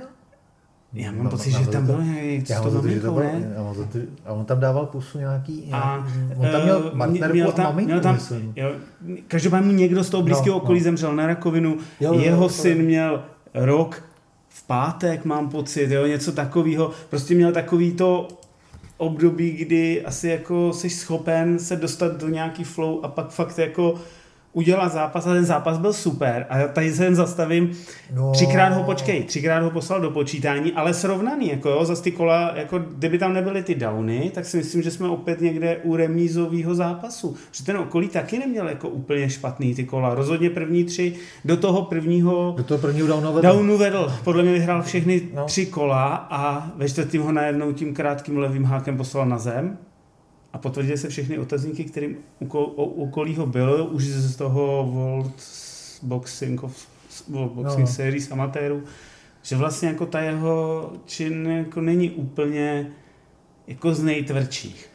A: Já mám no, pocit, že tam byl nějaký
B: s tou maminkou, ne? A on tam dával pusu nějaký... A, on tam měl partnerku
A: měl
B: tam, a maminku, měl tam,
A: jo, každopádně mu někdo z toho blízkého no, okolí no. zemřel na rakovinu, jo, jeho jo, syn měl rok v pátek, mám pocit, jo, něco takového. Prostě měl takový to období, kdy asi jako jsi schopen se dostat do nějaký flow a pak fakt jako udělat zápas a ten zápas byl super a tady se jen zastavím, no. třikrát ho počkej, třikrát ho poslal do počítání, ale srovnaný, jako jo, zas ty kola, jako kdyby tam nebyly ty downy, tak si myslím, že jsme opět někde u remízového zápasu, že ten okolí taky neměl jako úplně špatný ty kola, rozhodně první tři, do toho prvního
B: do toho prvního downu vedl,
A: downu vedl. Podle mě vyhrál všechny no. tři kola a ve čtvrtým ho najednou tím krátkým levým hákem poslal na zem. A potvrdili se všechny otazníky, kterým okolí ho byl, už z toho World Boxing, of, World Boxing no. Series amatérů, že vlastně jako ta jeho čin jako není úplně jako z nejtvrdších.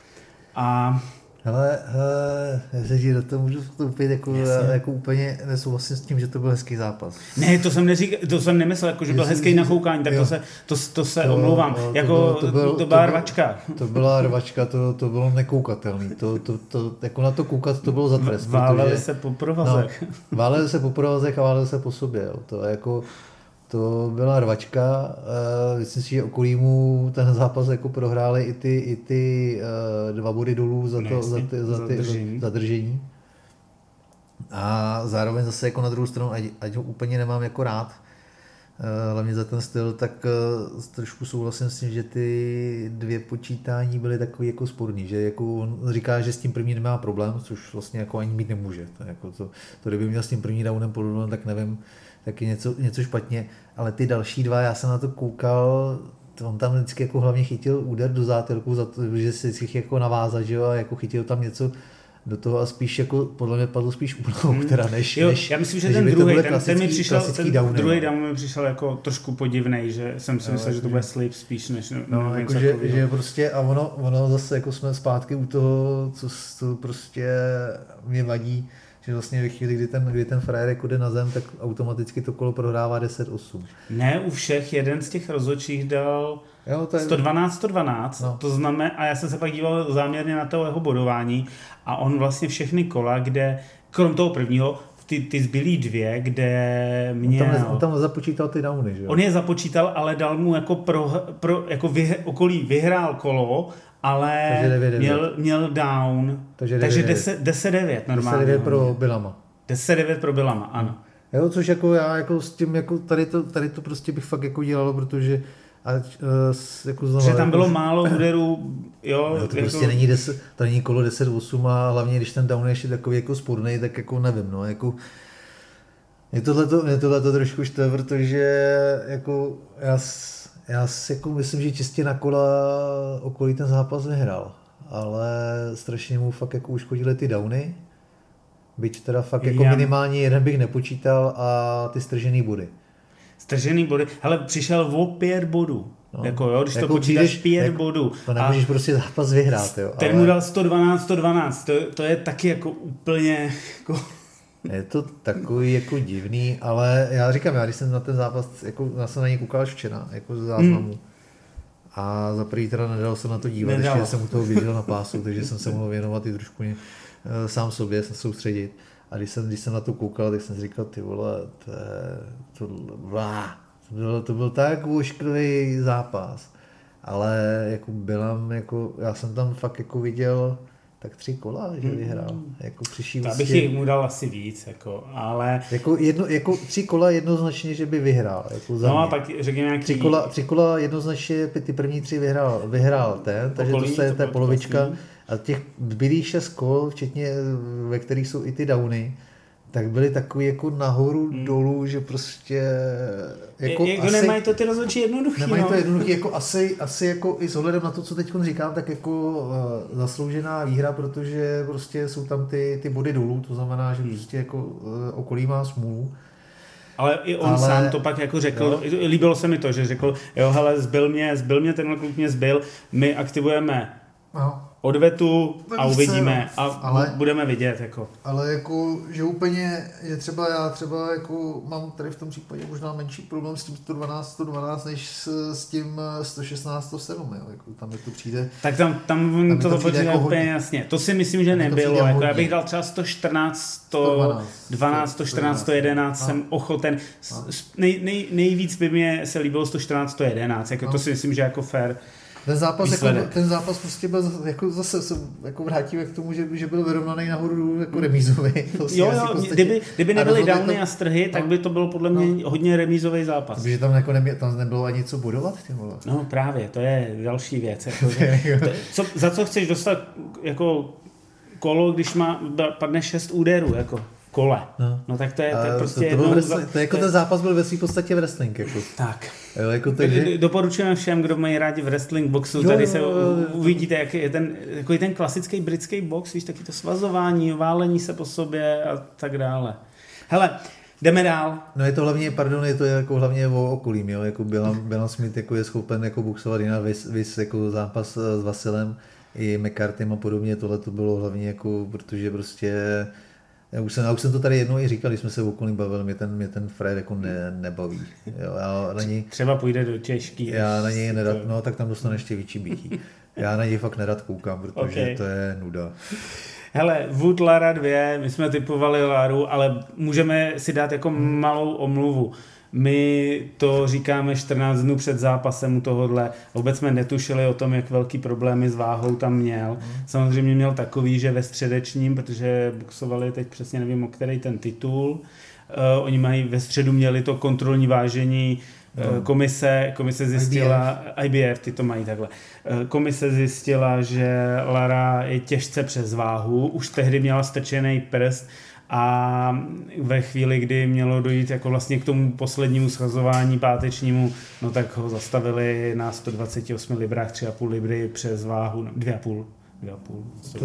A: A
B: hele, hele, že do toho můžu vstoupit, jako, jako úplně nesouhlasím s tím, že to byl hezký zápas.
A: Ne, to jsem, neřík, to jsem nemyslel, jako, že byl hezký na koukání, tak to se, to, to se to, omlouvám. To, jako, to, byl, to byla to rvačka.
B: To byla rvačka, to, to bylo nekoukatelný. To, to, to, jako na to koukat, to bylo za trest.
A: Váleli se po provazech.
B: No, váleli se po provazech a váleli se po sobě. Jo. To jako... To byla rvačka, uh, myslím si, že okolímu ten zápas jako prohráli i ty, i ty uh, dva body dolů za, to, za, ty, za ty zadržení. zadržení. A zároveň zase jako na druhou stranu, ať, ať ho úplně nemám jako rád, uh, hlavně za ten styl, tak uh, trošku souhlasím s tím, že ty dvě počítání byly takový jako sporný, že jako on říká, že s tím první nemá problém, což vlastně jako ani mít nemůže. To, jako to, to kdyby měl s tím první downem podobně, tak nevím, taky něco, něco špatně, ale ty další dva, já jsem na to koukal, on tam vždycky jako hlavně chytil úder do zátelku, za to, že se vždycky jako navázat, že jo, a jako chytil tam něco do toho a spíš jako, podle mě padlo spíš úplnou, hmm. teda než,
A: jo,
B: než,
A: já myslím, že ten druhý, ten, ten mi přišel, ten down, druhý down mi přišel jako trošku podivnej, že jsem si myslel, že to bude slip spíš než
B: no, jako že, že prostě a ono, ono zase jako jsme zpátky u toho, co to prostě mě vadí, že vlastně ve chvíli, kdy ten, kdy ten frajer jako jde na zem, tak automaticky to kolo prohrává deset osm.
A: Ne, u všech jeden z těch rozhodčích dal jo, to je... sto dvanáct sto dvanáct, no. To znamená, a já jsem se pak díval záměrně na to jeho bodování a on vlastně všechny kola, kde, krom toho prvního, ty, ty zbylý dvě, kde měl...
B: On tam, on tam započítal ty downy, že jo?
A: On je započítal, ale dal mu jako, pro, pro, jako vyh, okolí vyhrál kolo, ale měl, měl down, takže, takže deset devět normálně.
B: deset devět pro Billama.
A: deset devět pro Billama, ano.
B: Jo, což jako já jako s tím, jako tady to, tady to prostě bych fakt jako dělalo, protože ať, uh, jako znamená,
A: že tam bylo jako, málo úderů, jo.
B: jo to
A: jako,
B: prostě není, deset, to není kolo deset osm a hlavně když ten down je ještě takový jako sporný, tak jako nevím, no, jako mě tohleto, mě tohleto trošku štve, protože jako já Já si jako myslím, že čistě na kola okolí ten zápas nehrál, ale strašně mu fakt jako uškodily ty downy, byť teda fakt jako Já... minimálně jeden bych nepočítal a ty stržený body.
A: Stržený body, hele, přišel o pět bodů, no, jako jo, když jako to počítáš pět jako, bodů.
B: To nemůžeš prostě zápas vyhrát, jo.
A: Ten ale... mu dal sto dvanáct sto dvanáct, to, to je taky jako úplně jako...
B: Je to takový jako divný, ale já říkám, já když jsem na ten zápas, jako já jsem na něj koukal včera, jako z záznamu. Hmm. A za první teda nedal se na to dívat, nedal. Ještě jsem u toho viděl na pásu, takže jsem se mohl věnovat i trošku mě, sám sobě, se soustředit. A když jsem, když jsem na to koukal, tak jsem si říkal, ty vole, to, to, to, byl, to byl tak ošklivý zápas. Ale jako Billam, jako, já jsem tam fakt jako viděl tak tři kola, že vyhrál. Hmm. Jako přišel
A: Já bych jich mu dal asi víc, jako, ale...
B: Jako, jedno, jako tři kola jednoznačně, že by vyhrál. Jako za
A: no
B: mě.
A: a pak řekněme nějaký...
B: Tři kola, tři kola jednoznačně, ty první tři vyhrál, vyhrál ten, takže to, se, to je polovička. A těch zbylých šest kol, včetně ve kterých jsou i ty downy, tak byly takový jako nahoru hmm. dolů, že prostě jako
A: je, jako asi, nemají to ty rozhodčí jednoduchý.
B: Nemají
A: no.
B: to jednoduchý, jako asi, asi jako i s ohledem na to, co teď říkám, tak jako uh, zasloužená výhra, protože prostě jsou tam ty, ty body dolů, to znamená, že hmm. prostě jako uh, okolí má smůlu.
A: Ale i on ale, sám to pak jako řekl, jo. líbilo se mi to, že řekl, jo hele, zbyl mě, zbyl mě, tenhle kluk mě zbyl, my aktivujeme no. odvetu a uvidíme a ale, budeme vidět. Jako.
B: Ale jako, že úplně, že třeba já třeba jako mám tady v tom případě možná menší problém s tím sto dvanáct sto dvanáct než s, s tím sto šestnáct sto sedm, jo, jako tam mi to přijde.
A: Tak tam, tam, tam to, to počítá jako úplně jasně. To si myslím, že nebylo, jako já bych dal třeba sto čtrnáct, sto dvanáct, sto čtrnáct, sto jedenáct, jsem ochoten. Nej, nej, nejvíc by mě se líbilo sto čtrnáct, sto jedenáct, jako no. To si myslím, že jako fair.
B: Ten zápas, jako, ten zápas prostě byl, jako zase se jako vrátíme k tomu, že, že byl vyrovnaný nahoru jako remízový.
A: Vlastně jo, jo, kdyby, kdyby nebyly downy to, a strhy, no, tak by to byl podle mě no, hodně remízový zápas.
B: Takže tam, jako nemě, tam nebylo ani co bodovat, ty vole.
A: No právě, to je další věc. Jako, to, co, za co chceš dostat jako kolo, když má, padne šest úderů, jako kole. No, no tak to je, to je prostě...
B: To, to, jednou, za, to je jako ten zápas byl ve svým podstatě wrestling. Jako.
A: Tak.
B: Jo, jako takže...
A: Doporučujeme všem, kdo mají rádi wrestling boxu, jo, tady se jo, jo, uvidíte, jak je ten, jako ten klasický britský box, víš, taky to svazování, válení se po sobě a tak dále. Hele, jdeme dál.
B: No je to hlavně, pardon, je to jako hlavně o okolím, jo, jako Belan Smith jako je schopen jako boxovat jinak, vys, vys jako zápas s Vasilem i McCartym a podobně, tohle to bylo hlavně jako, protože prostě Já už, jsem, já už jsem to tady jednou i říkal, když jsme se o okolím bavili, mě ten, mě ten Fred jako ne, nebaví. Jo, já na něj,
A: třeba půjde do těžký.
B: Já na něj nerad, no tak tam dostane ještě větší bytí. Já na něj fakt nerad koukám, protože okay. to je nuda.
A: Hele, Wood Lara dva, my jsme typovali Laru, ale můžeme si dát jako malou omluvu. My to říkáme čtrnáct dnů před zápasem u tohohle. Vůbec jsme netušili o tom, jak velký problémy s váhou tam měl. Samozřejmě měl takový, že ve středečním, protože boxovali teď přesně nevím, o který ten titul. Uh, oni mají ve středu měli to kontrolní vážení. Uh, komise, komise zjistila, I B F, ty to mají takhle. Uh, komise zjistila, že Lara je těžce přes váhu. Už tehdy měla strčený prst. A ve chvíli, kdy mělo dojít jako vlastně k tomu poslednímu schazování pátečnímu, no tak ho zastavili na sto dvacet osm librách, tři a půl libry přes váhu, dvě a půl, dvě a půl,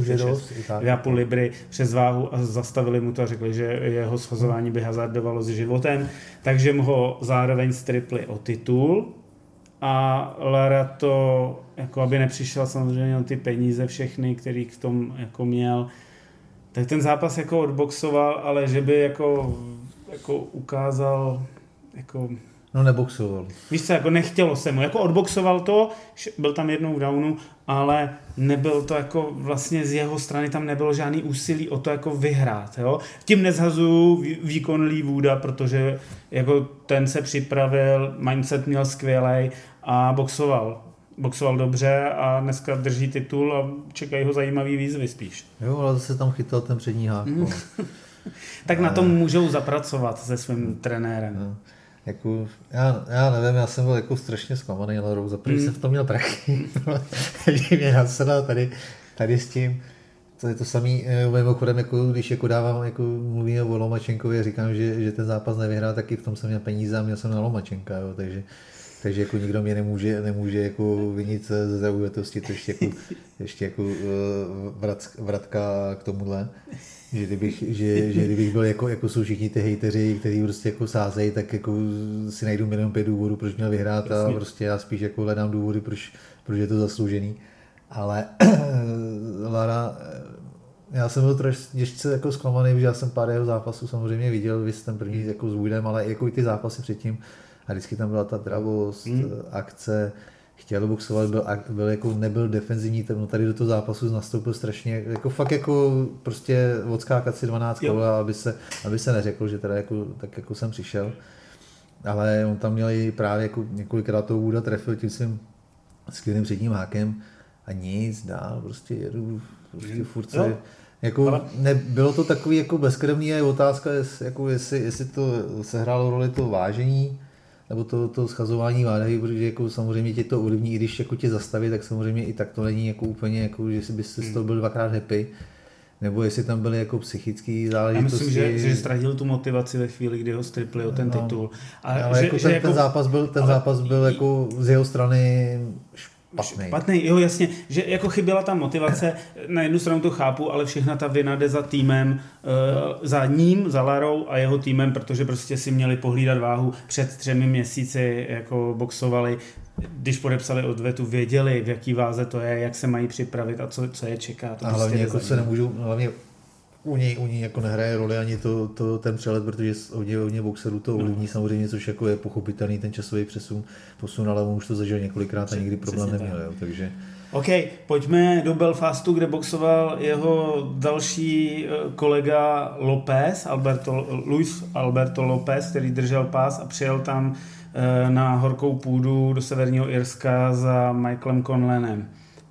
A: dvě a půl libry přes váhu a zastavili mu to a řekli, že jeho schazování by hazardovalo s životem, takže mu ho zároveň stripli o titul a Lara to, jako aby nepřišel samozřejmě o ty peníze všechny, který k tomu jako měl, tak ten zápas jako odboxoval, ale že by jako, jako ukázal, jako...
B: No neboxoval.
A: Víš co, jako nechtělo se mu, jako odboxoval to, byl tam jednou v downu, ale nebyl to jako vlastně z jeho strany, tam nebylo žádný úsilí o to jako vyhrát, jo. Tím nezhazuju výkon Lee Wooda, protože jako ten se připravil, mindset měl skvělej a boxoval. Boxoval dobře a dneska drží titul a čekají ho zajímavý výzvy spíš.
B: Jo, ale zase tam chytal ten přední hák. Mm.
A: Tak na tom můžou zapracovat se svým trenérem.
B: No. Jako, já, já nevím, já jsem byl jako strašně zklamaný Larou, za první mm. jsem v tom měl prachy. že mě nasedal tady, tady s tím. To je to samý, mimochodem, jako, když jako dávám, jako mluvíme o Lomačenkovi a říkám, že, že ten zápas nevyhrál, tak i v tom jsem měl peníze a měl jsem na Lomačenka, jo, takže Takže jako nikdo mě nemůže, nemůže jako vinit ze zaujatosti, to ještě jako, ještě jako vrat, vratka k tomuhle, že kdybych, že, že kdybych byl jako, jako jsou všichni ty hejteři, kteří prostě jako sázejí, tak jako si najdu minimum pět důvodů, proč měl vyhrát a prostě já spíš jako hledám důvody, proč, proč je to zasloužený. Ale Lara, já jsem byl trošku těžce jako zklamaný, protože já jsem pár jeho zápasů samozřejmě viděl, vy ten první jako s Woodem, ale jako i ty zápasy předtím. A vždycky tam byla ta dravost, hmm. akce, chtěl boxovat, byl, byl jako, nebyl defenzivní, no tady do toho zápasu nastoupil strašně, jako fakt jako prostě odskákat si dvanáct kol, aby se, aby se neřekl, že teda jako, tak jako jsem přišel. Ale on tam měl i právě jako několikrát toho Wooda trefil tím svým skvělým předním hákem a nic dál, prostě jedu, prostě furt se, jako ale... ne, bylo to takový jako bezkrevný a je otázka, jest, jako jestli, jestli to sehrálo roli to vážení, nebo to, to schazování váhy, protože jako samozřejmě tě to ovlivní, i když jako tě zastaví, tak samozřejmě i tak to není jako úplně, jako, že bys z toho byl dvakrát happy, nebo jestli tam byly jako psychické záležitosti.
A: Já myslím, že, že ztratil tu motivaci ve chvíli, kdy ho stripli o ten
B: no,
A: titul.
B: A ale že, jako ten, že jako, ten zápas byl, ten ale, zápas byl jako z jeho strany špatný.
A: Špatný, jo, jasně, že jako chyběla ta motivace, na jednu stranu to chápu, ale všechna ta vina jde za týmem, uh, za ním, za Larou a jeho týmem, protože prostě si měli pohlídat váhu před třemi měsíci, jako boxovali, když podepsali odvetu, věděli, v jaký váze to je, jak se mají připravit a co, co je čeká. To
B: a hlavně prostě jako se nemůžou, hlavně u něj, u něj jako nehraje roli ani to, to, ten přelet, protože hodně, hodně boxerů to ovlivní no. samozřejmě, což jako je pochopitelný ten časový přesun, posun, ale on už to zažil několikrát a nikdy problém neměl, jo, takže...
A: OK, pojďme do Belfastu, kde boxoval jeho další kolega Lopez, Alberto, Luis Alberto Lopez, který držel pás a přijel tam na horkou půdu do Severního Irska za Michaelem Conlanem.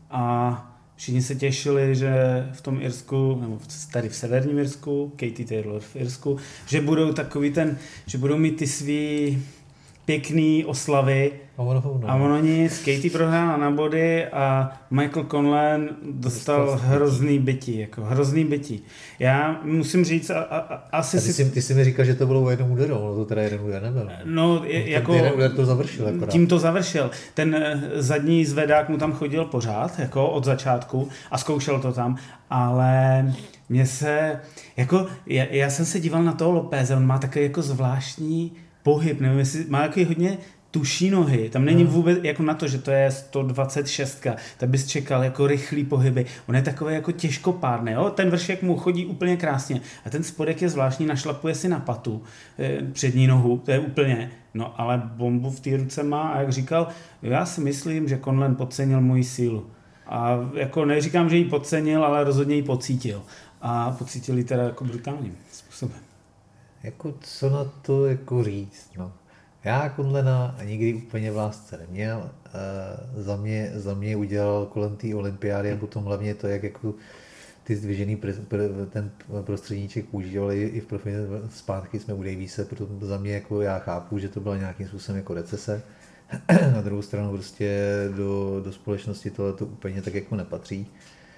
A: A všichni se těšili, že v tom Irsku, nebo tady v Severním Irsku, Katie Taylor v Irsku, že budou takový ten, že budou mít ty svý pěkný oslavy.
B: A ono, no.
A: A ono nic, Katie prohrála na body a Michael Conlan dostal hrozný bytí, jako hrozný bytí. Já musím říct, a, a, a asi
B: a ty,
A: si...
B: Jsi, ty jsi mi říkal, že to bylo o jednom úderu, no to teda jeden úder nebyl.
A: No, je, jako...
B: Ten úder to završil akorát.
A: Tím to završil. Ten zadní zvedák mu tam chodil pořád, jako od začátku a zkoušel to tam, ale mně se, jako, já, já jsem se díval na toho Lopéze, on má takový jako zvláštní pohyb, nevím, jestli má takový hodně tuší nohy, tam není vůbec jako na to, že to je sto dvacet šest, tak bys čekal jako rychlý pohyby, on je takový jako těžkopádný, jo? Ten vršek mu chodí úplně krásně a ten spodek je zvláštní, našlapuje si na patu, přední nohu, to je úplně, no ale bombu v té ruce má a jak říkal, já si myslím, že Conlan podcenil moji sílu a jako neříkám, že ji podcenil, ale rozhodně ji pocítil a pocítil ji teda jako brutálním způsobem.
B: Jako co na to jako říct, no. Já Conlana nikdy úplně v lásce neměl. E, za, mě, za mě udělal kolem té olympiády a potom hlavně to, jak jako ty zdvižený pr, pr, ten prostředníček používali i v profi, zpátky jsme u Davise, proto za mě jako já chápu, že to byla nějakým způsobem jako recese. Na druhou stranu prostě do, do společnosti tohle to úplně tak jako nepatří.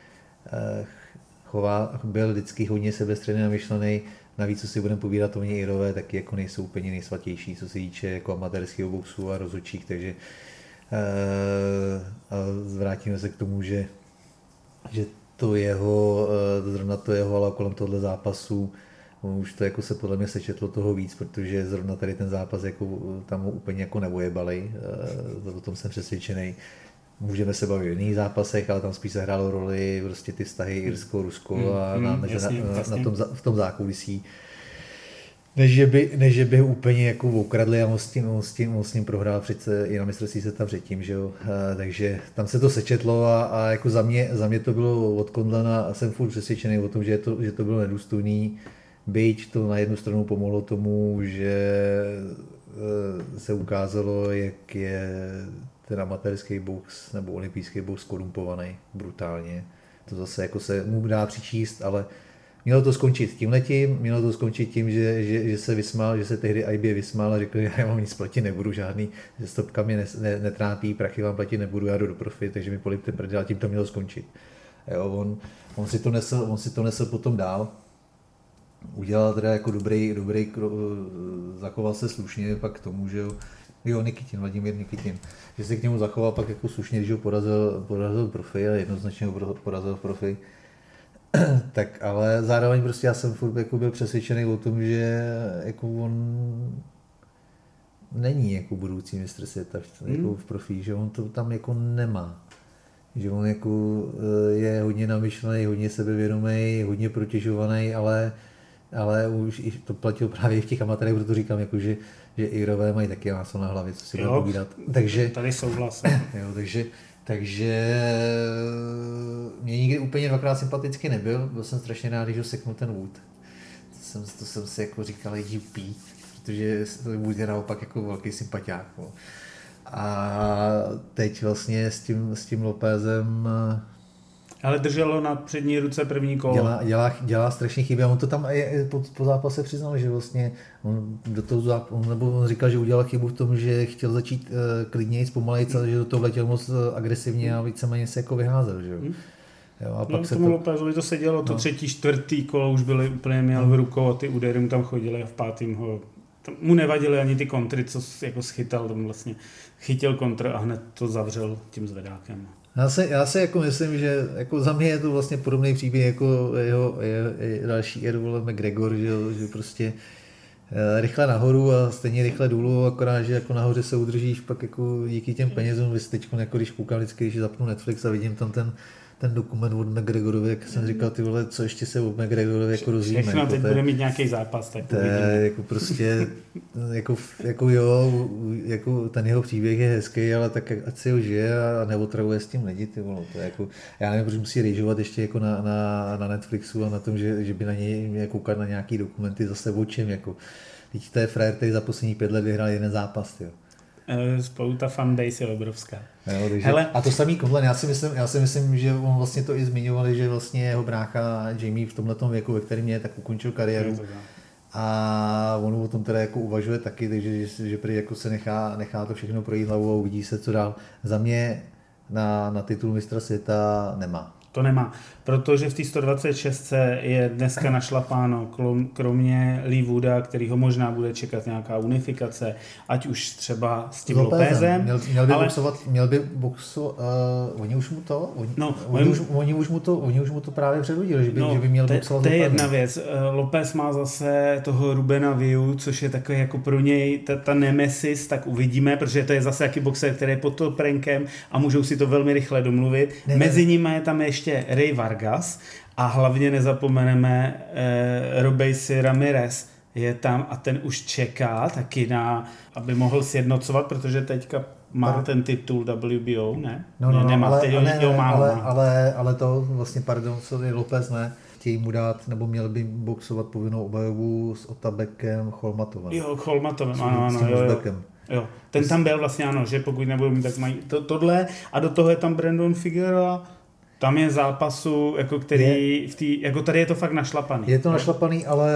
B: E, chová, byl vždycky hodně sebestředně namyšlený. Navíc, co si budeme povídat o mě Irové, taky jako nejsou úplně nejsvatější, co se týče jako amatérského boxu a rozhodčích, takže uh, a vrátíme se k tomu, že, že to jeho, uh, zrovna to jeho, ale kolem tohle zápasu, už to jako se podle mě sečetlo toho víc, protože zrovna tady ten zápas jako tam ho úplně jako nevojebali, uh, o tom jsem přesvědčený. Můžeme se bavit o jiných zápasech, ale tam spíš se hrálo roli prostě ty vztahy Irsko-Rusko hmm. a na, hmm, jasně, na, jasně. na tom, v tom zákulisí. Než že by, než že by úplně jako ukradli a moc s tím, moc s tím, moc s tím prohrál přece i na mistrovství světa předtím, že jo. A, takže tam se to sečetlo a, a jako za mě, za mě to bylo od Conlana a jsem furt přesvědčený o tom, že to, že to bylo nedůstojný. Byť to na jednu stranu pomohlo tomu, že se ukázalo, jak je ten amatérský box nebo olympijský box korumpovaný brutálně. To zase jako se mu dá přičíst, ale mělo to skončit tímhletím, mělo to skončit tím, že, že, že se vysmál, že se tehdy I B vysmál a řekl, že já mám nic platit nebudu, žádný, že stopka mě ne, ne, netrápí, prachy vám platit nebudu, já jdu do profi, takže mi polipte prdel a tím to mělo skončit. Jo, on, on, si to nesl, on si to nesl potom dál, udělal teda jako dobrý, dobrý zachoval se slušně pak k tomu, že jo, Jo, Nikitin, Vladimír Nikitin. Že se k němu zachoval pak jako slušně, když ho porazil, porazil profi a jednoznačně ho porazil v profi. Tak ale zároveň prostě já jsem furt jako byl přesvědčený o tom, že jako on není jako budoucí mistr světa jako v profi, že on to tam jako nemá. Že on jako je hodně namyšlený, hodně sebevědomý, hodně protěžovaný, ale ale už to platilo právě v těch amatérech, proto říkám, jako, že, že Irové mají taky máslo na hlavě, co si budeme povídat. Takže,
A: tady souhlas.
B: Jo, takže, takže mě nikdy úplně dvakrát sympaticky nebyl, byl jsem strašně rád, když ho seknul ten Wood. To jsem, to jsem si jako říkal, jdi pí, protože Wood je naopak jako velký sympatiák. No. A teď vlastně s tím, s tím Lopézem
A: Ale drželo na přední ruce první kolo.
B: Dělá, dělá, dělá strašně chyby a on to tam je, po, po zápase přiznal, že vlastně on, do toho záp, on, nebo on říkal, že udělal chybu v tom, že chtěl začít uh, klidněji, zpomalejc, ale že do toho letěl moc agresivně a víceméně se jako vyházel. Že jo?
A: Hmm.
B: Jo, a pak
A: no,
B: se
A: tomu
B: to...
A: Lópezovi to se dělo, to
B: no.
A: třetí, čtvrtý kolo už byly úplně měl no. v rukou a ty údery mu tam chodily a v pátým ho mu nevadily ani ty kontry, co jako schytal, tam vlastně chytil kontr a hned to zavřel tím zvedákem.
B: Já si, já si jako myslím, že jako za mě je to vlastně podobný příběh jako jeho, jeho, jeho další Errol McGregor, že, že prostě rychle nahoru a stejně rychle dolů, akorát, že jako nahoře se udržíš, pak jako díky těm penězům, vy teď jako když koukám vždycky, když zapnu Netflix a vidím tam ten ten dokument od McGregorovi, jak jsem říkal, ty vole, co ještě se od McGregorovi jako rozvíme.
A: Všechno,
B: jako
A: teď
B: te,
A: bude mít nějaký zápas, tak
B: to je jako prostě, jako, jako jo, jako ten jeho příběh je hezký, ale tak ať si ho žije a neotravuje s tím lidi, ty vole, to je jako, já nevím, proč musí rejžovat ještě jako na, na, na Netflixu a na tom, že, že by na něj měl koukat na nějaký dokumenty zase o čem, jako, teď to je frajer, který za poslední pět let vyhrál jeden zápas, tyjo.
A: Spolu ta fanbase je obrovská.
B: Jo, takže, Hele. A to samý Kovlen, já si myslím, já si myslím, že on vlastně to i zmiňovali, že vlastně jeho brácha Jamie v tomhletom věku, ve kterém je, tak ukončil kariéru. A on o tom teda jako uvažuje taky, takže že, že prý jako se nechá, nechá to všechno projít hlavou a uvidí se, co dál. Za mě na, na titul mistra světa nemá.
A: To nemá, protože v té sto dvacet šest je dneska našlapáno, kromě Lee Wooda, který ho možná bude čekat nějaká unifikace, ať už třeba s tím Lópezem.
B: Měl, měl by ale... boxovat, měl by boxovat, uh, oni už mu to, oni,
A: no,
B: oni, oni, už, oni, už mu to, oni už mu to právě předhodili, že by,
A: no,
B: že by měl
A: te,
B: boxovat.
A: To je jedna věc. López má zase toho Rubena Viu, což je takový jako pro něj ta, ta nemesis, tak uvidíme, protože to je zase jaký boxer, který je pod top rankem a můžou si to velmi rychle domluvit. Ne, Mezi ne. nimi je tam ještě Ray Vargas a hlavně nezapomeneme eh, Robeisy Ramirez je tam a ten už čeká taky na, aby mohl sjednocovat, protože teďka má pardon. ten titul W B O, ne?
B: No, no,
A: ne, nemá,
B: ale,
A: teď
B: ne,
A: jo, má,
B: ale,
A: má.
B: ale, ale to vlastně, pardon, co je López, ne? Chtějí mu dát, nebo měl by boxovat povinnou obajovu s Otabekem Cholmatovem.
A: Jo, Cholmatovem, ano, ano, jo, jo. jo. Ten tam byl vlastně, ano, že pokud nebudou mít, tak mají to, tohle a do toho je tam Brandon Figueroa. Tam je zápasu, jako který je, v tý, jako tady je to fakt našlapaný.
B: Je to našlapaný, ale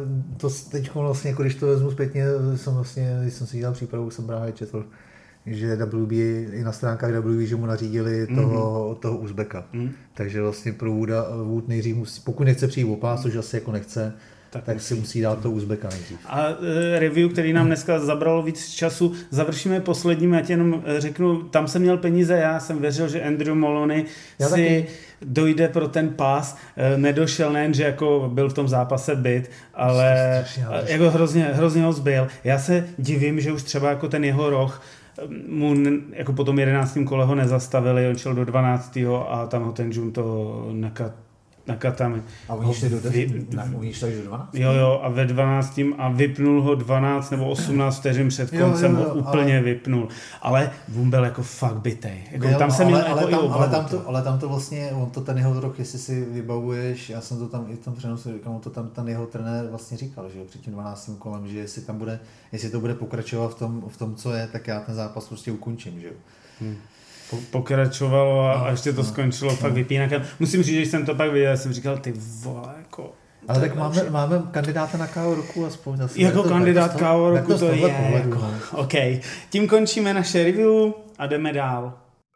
B: to teď vlastně, jako když to vezmu zpětně, jsem vlastně, když jsem si dělal přípravu, jsem právě četl, že W B i na stránkách W B, že mu nařídili toho, mm-hmm. toho Uzbeka. Mm. Takže vlastně pro Wooda, Wood nejdřív musí, pokud nechce přijít o pás, což asi jako nechce, tak, tak si musí dát to Uzbeka nejdřív.
A: A e, review, který nám dneska zabralo víc času, završíme posledním, já ti jenom řeknu, tam jsem měl peníze, já jsem věřil, že Andrew Moloney já si taky. dojde pro ten pás, e, nedošel nejen, že jako byl v tom zápase byt, ale jako hrozně, hrozně ho zbyl. Já se divím, že už třeba jako ten jeho roh mu jako po tom jedenáctém kole ho nezastavili, on šel do dvanáctého a tam ho ten Junto nakat na Katami.
B: A oni šli do dvanácti?
A: Jo, jo, a ve dvanáctém a vypnul ho dvanáct nebo osmnáct vteřin před koncem, jo, jo, jo, ho úplně ale... vypnul. Ale on byl jako fakt bitej. Jako,
B: jo,
A: tam jsem
B: ale,
A: měl
B: ale,
A: jako
B: tam,
A: i obavu,
B: ale, tam to, ale tam to vlastně, on to ten jeho rok, jestli si vybavuješ, já jsem to tam i v tom přenosu říkal, on to tam ten jeho trenér vlastně říkal, že jo, před tím dvanáctým kolem, že jestli tam bude, jestli to bude pokračovat v tom, v tom co je, tak já ten zápas prostě ukončím, že jo. Hmm.
A: Pokračovalo a, a ještě to skončilo no. fakt vypínakem. Musím říct, že jsem to pak viděl, jsem říkal, ty vole, jako...
B: Ale tak máme, máme kandidáta na K O roku aspoň. Zase,
A: jako
B: to,
A: kandidát K O roku to, to je,
B: pohledu,
A: jako, OK. Tím končíme naše review a jdeme dál.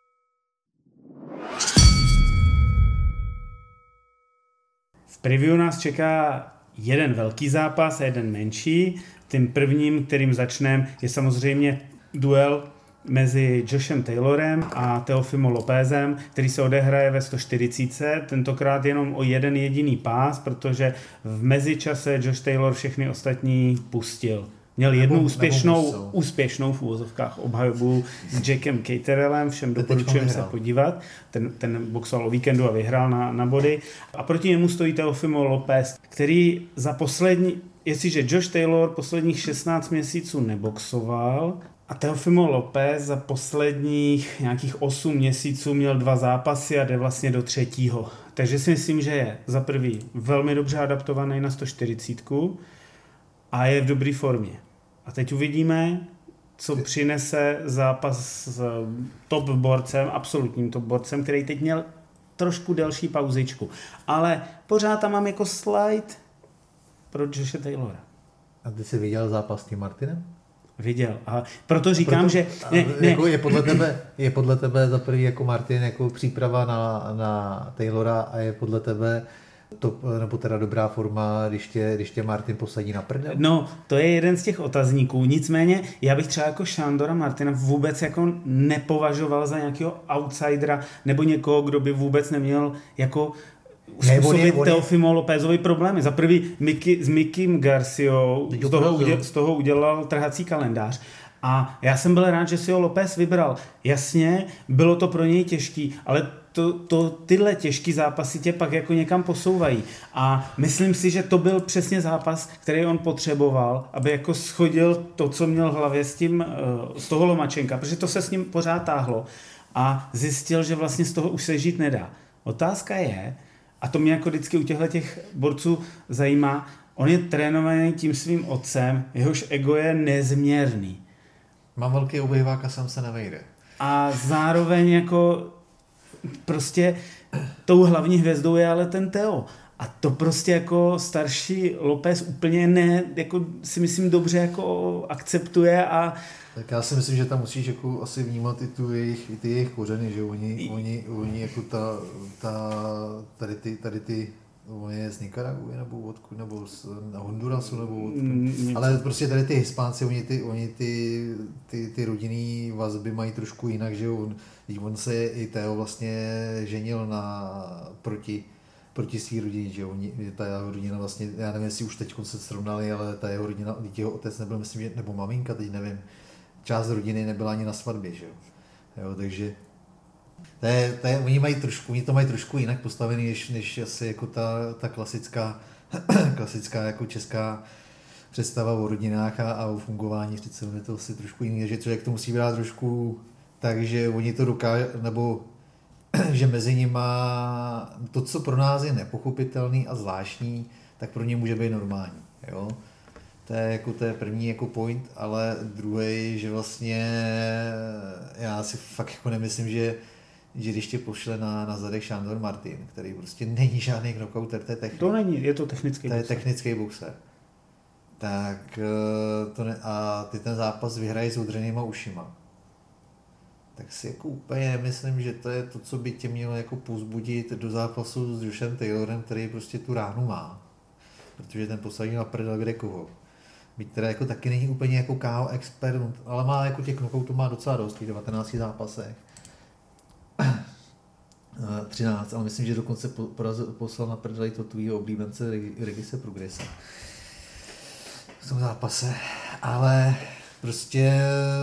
A: V preview nás čeká jeden velký zápas a jeden menší. Tím prvním, kterým začneme, je samozřejmě duel mezi Joshem Taylorem a Teofimo Lópezem, který se odehraje ve sto čtyřicet, tentokrát jenom o jeden jediný pás, protože v mezičase Josh Taylor všechny ostatní pustil. Měl jednu nebo, úspěšnou, nebo úspěšnou v úvozovkách obhajobu s Jackem Caterellem, všem doporučujem se podívat. Ten, ten boxoval o víkendu a vyhrál na, na body. A proti němu stojí Teofimo López, který za poslední, jestliže Josh Taylor posledních šestnáct měsíců neboxoval, a Teofimo López za posledních nějakých osm měsíců měl dva zápasy a jde vlastně do třetího. Takže si myslím, že je za prvý velmi dobře adaptovaný na sto čtyřicet a je v dobré formě. A teď uvidíme, co přinese zápas s top borcem, absolutním top borcem, který teď měl trošku delší pauzičku. Ale pořád tam mám jako slide pro Joshe Taylora.
B: A ty jsi viděl zápas s tím Martinem?
A: Viděl. A proto říkám, proto, že...
B: Ne, ne. Jako je, podle tebe, je podle tebe za prvý jako Martin jako příprava na, na Taylora a je podle tebe to, nebo teda dobrá forma, když tě, když tě Martin posadí na prdel?
A: No, to je jeden z těch otazníků. Nicméně, já bych třeba jako Šándora Martina vůbec jako nepovažoval za nějakého outsidera nebo někoho, kdo by vůbec neměl jako způsobit Teofimo Lópezovi problémy. Za prvý Mickey, s Mickym Garciou z toho, uděl, z toho udělal trhací kalendář. A já jsem byl rád, že si ho López vybral. Jasně, bylo to pro něj těžký, ale to, to, tyhle těžký zápasy tě pak jako někam posouvají. A myslím si, že to byl přesně zápas, který on potřeboval, aby jako schodil to, co měl v hlavě s tím, z toho Lomačenka, protože to se s ním pořád táhlo a zjistil, že vlastně z toho už se žít nedá. Otázka je, a to mě jako vždycky u těchto těch borců zajímá, on je trénovaný tím svým otcem, jehož ego je nezměrný.
B: Mám velký oběhvák a sám se nevejde.
A: A zároveň jako prostě tou hlavní hvězdou je ale ten Teo. A to prostě jako starší López úplně ne, jako si myslím dobře jako akceptuje a
B: tak já si myslím, že tam musíš jako asi vnímat i tu jejich, i ty jejich kořeny, že oni, oni, oni jako ta, ta tady ty, tady ty, on je z Nikaraguy nebo odkud, nebo z Hondurasu nebo odkud. Mm, ale prostě tady ty Hispánci, oni ty, oni ty, ty, ty rodinný vazby mají trošku jinak, že on, on se i Teo vlastně ženil na, proti, proti svý rodině, že oni, ta jeho rodina vlastně, já nevím, jestli už teď se srovnali, ale ta jeho rodina, jeho otec nebyl, myslím, že, nebo maminka, teď nevím, část rodiny nebyla ani na svatbě, že jo. jo takže to je, to je, oni mají trošku, oni to mají trošku jinak postavený, než, než asi jako ta, ta klasická, klasická jako česká představa o rodinách a, a o fungování, přece je to asi trošku jiný, že člověk to musí brát trošku tak, že oni to dokáží, nebo že mezi nima to, co pro nás je nepochopitelný a zvláštní, tak pro ně může být normální, jo. To je, jako, to je první jako point, ale druhý, že vlastně já si fakt jako nemyslím, že, že když tě pošle na, na zadek Šándor Martin, který prostě není žádný knockouter, to je technik.
A: To není, je to technický
B: to
A: boxer.
B: To je technický boxer. Tak to ne, a ty ten zápas vyhrají s udřenýma ušima. Tak si jako úplně nemyslím, že to je to, co by tě mělo jako povzbudit do zápasu s Joshem Taylorem, který prostě tu ránu má. Protože ten posadí na prdel kde koho. Byť teda jako taky není úplně jako K O expert, ale má jako těch knockoutů má docela dost, v devatenácti zápasech. třináct, ale myslím, že dokonce poslal na prdeli to tvýho oblíbence Regise Progresa v tom zápase. Ale prostě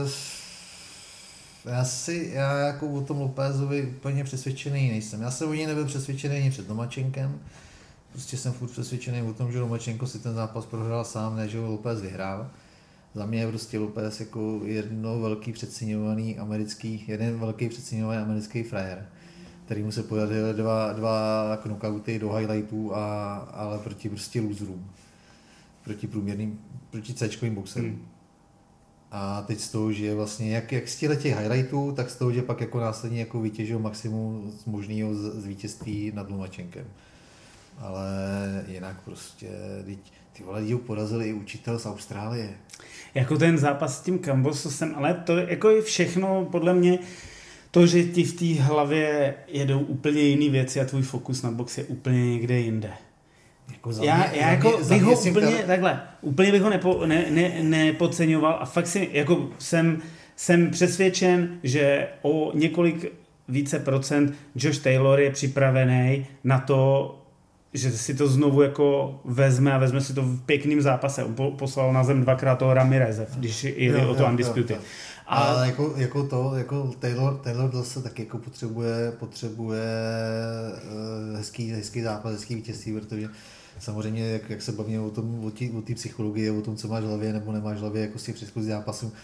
B: já si, já jako o tom Lópezovi úplně přesvědčený nejsem. Já jsem o něj nebyl přesvědčený ani před Lomačenkem. Prostě jsem furt přesvědčený o tom, že Lomačenko si ten zápas prohrál sám, ne, že ho López vyhrál. Za mě je prostě López jako jedno velký přeceňovaný americký, jeden velký přeceňovaný americký frajer, který mu se podařily dva, dva knockouty do highlightů, a, ale proti prostě loserům. Proti průměrným, proti C-čkovým boxerům. Hmm. A teď z toho, že vlastně jak, jak z těch highlightů, tak z toho, že pak jako následně jako vytěžil maximum z možného z, z vítězství nad Lomačenkem. Ale jinak prostě, ty vole, lidi porazili i učitel z Austrálie.
A: Jako ten zápas s tím Kambososem, ale to jako je všechno podle mě to, že ti v té hlavě jedou úplně jiný věci a tvůj fokus na box je úplně někde jinde.
B: Jako
A: já
B: mě,
A: já jako
B: mě,
A: bych ho úplně,
B: kar...
A: takhle, úplně bych ho nepo, ne, ne, nepodceňoval a fakt si, jako jsem, jsem přesvědčen, že o několik více procent Josh Taylor je připravený na to, že si to znovu jako vezme a vezme si to v pěkným zápase. Poslal na zem dvakrát toho Ramireze, když jeli o to Undisputed.
B: A... Ale jako, jako to, jako Taylor, Taylor zase taky jako potřebuje, potřebuje uh, hezký, hezký zápas, hezký vítězství, protože samozřejmě, jak, jak se bavíme o tom, o té o psychologii, o tom, co máš v hlavě nebo nemáš v hlavě, jako z těch předchozích zápasů,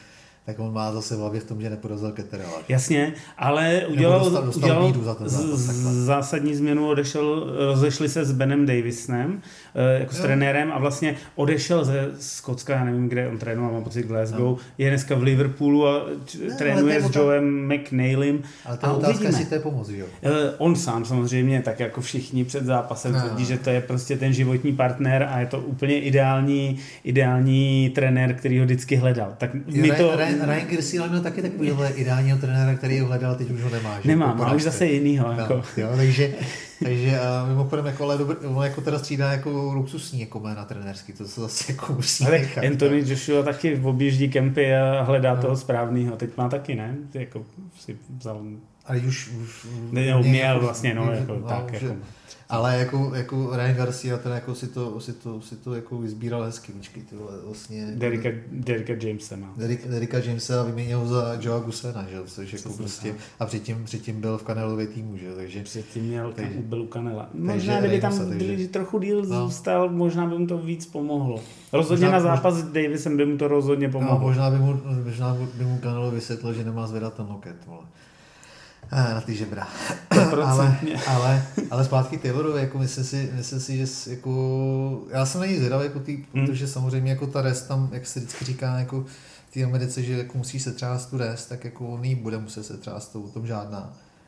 B: tak on má zase v hlavě v tom, že neporazil Ketterela.
A: Jasně, ale udělal,
B: dostal, dostal
A: udělal
B: za ten zápas,
A: zásadní změnu, odešel, rozešli se s Benem Davisem jako s jo. trenérem a vlastně odešel ze Skotska, já nevím, kde on trénoval, mám pocit Glasgow, no. je dneska v Liverpoolu a ne, trénuje s Joem McNeilem.
B: Ale ta otázka, jestli to je pomoc, jo?
A: On sám samozřejmě, tak jako všichni před zápasem no. tvrdí, že to je prostě ten životní partner a je to úplně ideální, ideální trenér, který ho vždycky hledal. Tak my
B: Ryan,
A: to...
B: Ryan, Ryan Griswold měl taky takovýhle ideálního trenéra, který ho hledal, teď už ho nemá. Že?
A: Nemá, má už zase jinýho.
B: No,
A: jako.
B: jo, takže takže a mimochodem jako, ale dobr, on jako teda střídá jako luxusní jako jména trenérský, to se zase jako musí
A: ale
B: nechat.
A: Anthony tak. Joshua taky objíždí kempy a hledá no. toho správného. Teď má taky, ne? Ty jako si vzal...
B: Ale už... už
A: ne, měl vlastně, no, jako no, tak.
B: Že,
A: jako.
B: Ale jako, jako Ryan Garcia teda jako si to, si to, si to jako vyzbíral hezky, počkej, ty vole, vlastně...
A: Derricka, Derricka Jamesa, no.
B: Derrick, Derricka Jamesa vyměnil ho za Joea Gusena, že jo, což jako prostě... A předtím, předtím byl v Kanelově týmu, že jo, takže...
A: Předtím měl, takže, byl u Kanela.
B: Takže
A: možná, kdyby tam
B: se, takže...
A: byli trochu díl no. zůstal, možná by mu to víc pomohlo. Rozhodně možná, na zápas možná, s Davisem by mu to rozhodně pomohlo.
B: No, možná by mu, možná by mu Canelo vysvětlil, že nemá zvedat ten loket, vole. Na ty žebra. ale, ale, ale zpátky Taylorovi, jako myslím si, myslím si, že jako, já jsem na ní zvědavý, jako tý, hmm. protože samozřejmě jako ta rest tam, jak se vždycky říká, jako v té Americe, že jako musí se třást tu rest, tak jako on jí bude muset se třást, to o tom žádná.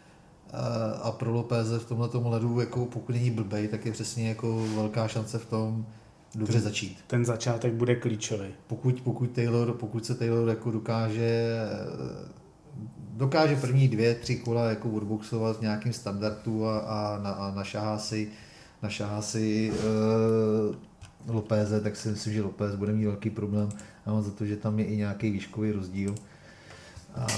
B: A pro Lopeze v tomhletom ledu, jako pokud není blbej, tak je přesně jako velká šance v tom dobře
A: ten,
B: začít.
A: Ten začátek bude klíčový.
B: Pokud, pokud, Taylor, pokud se Taylor jako dokáže dokáže první dvě, tři kola jako odboxovat v nějakým standardu a, a, na, a našahá si, našahá si uh, Lopeze, tak si myslím, že Lopez bude mít velký problém. Já mám za to, že tam je i nějaký výškový rozdíl. A,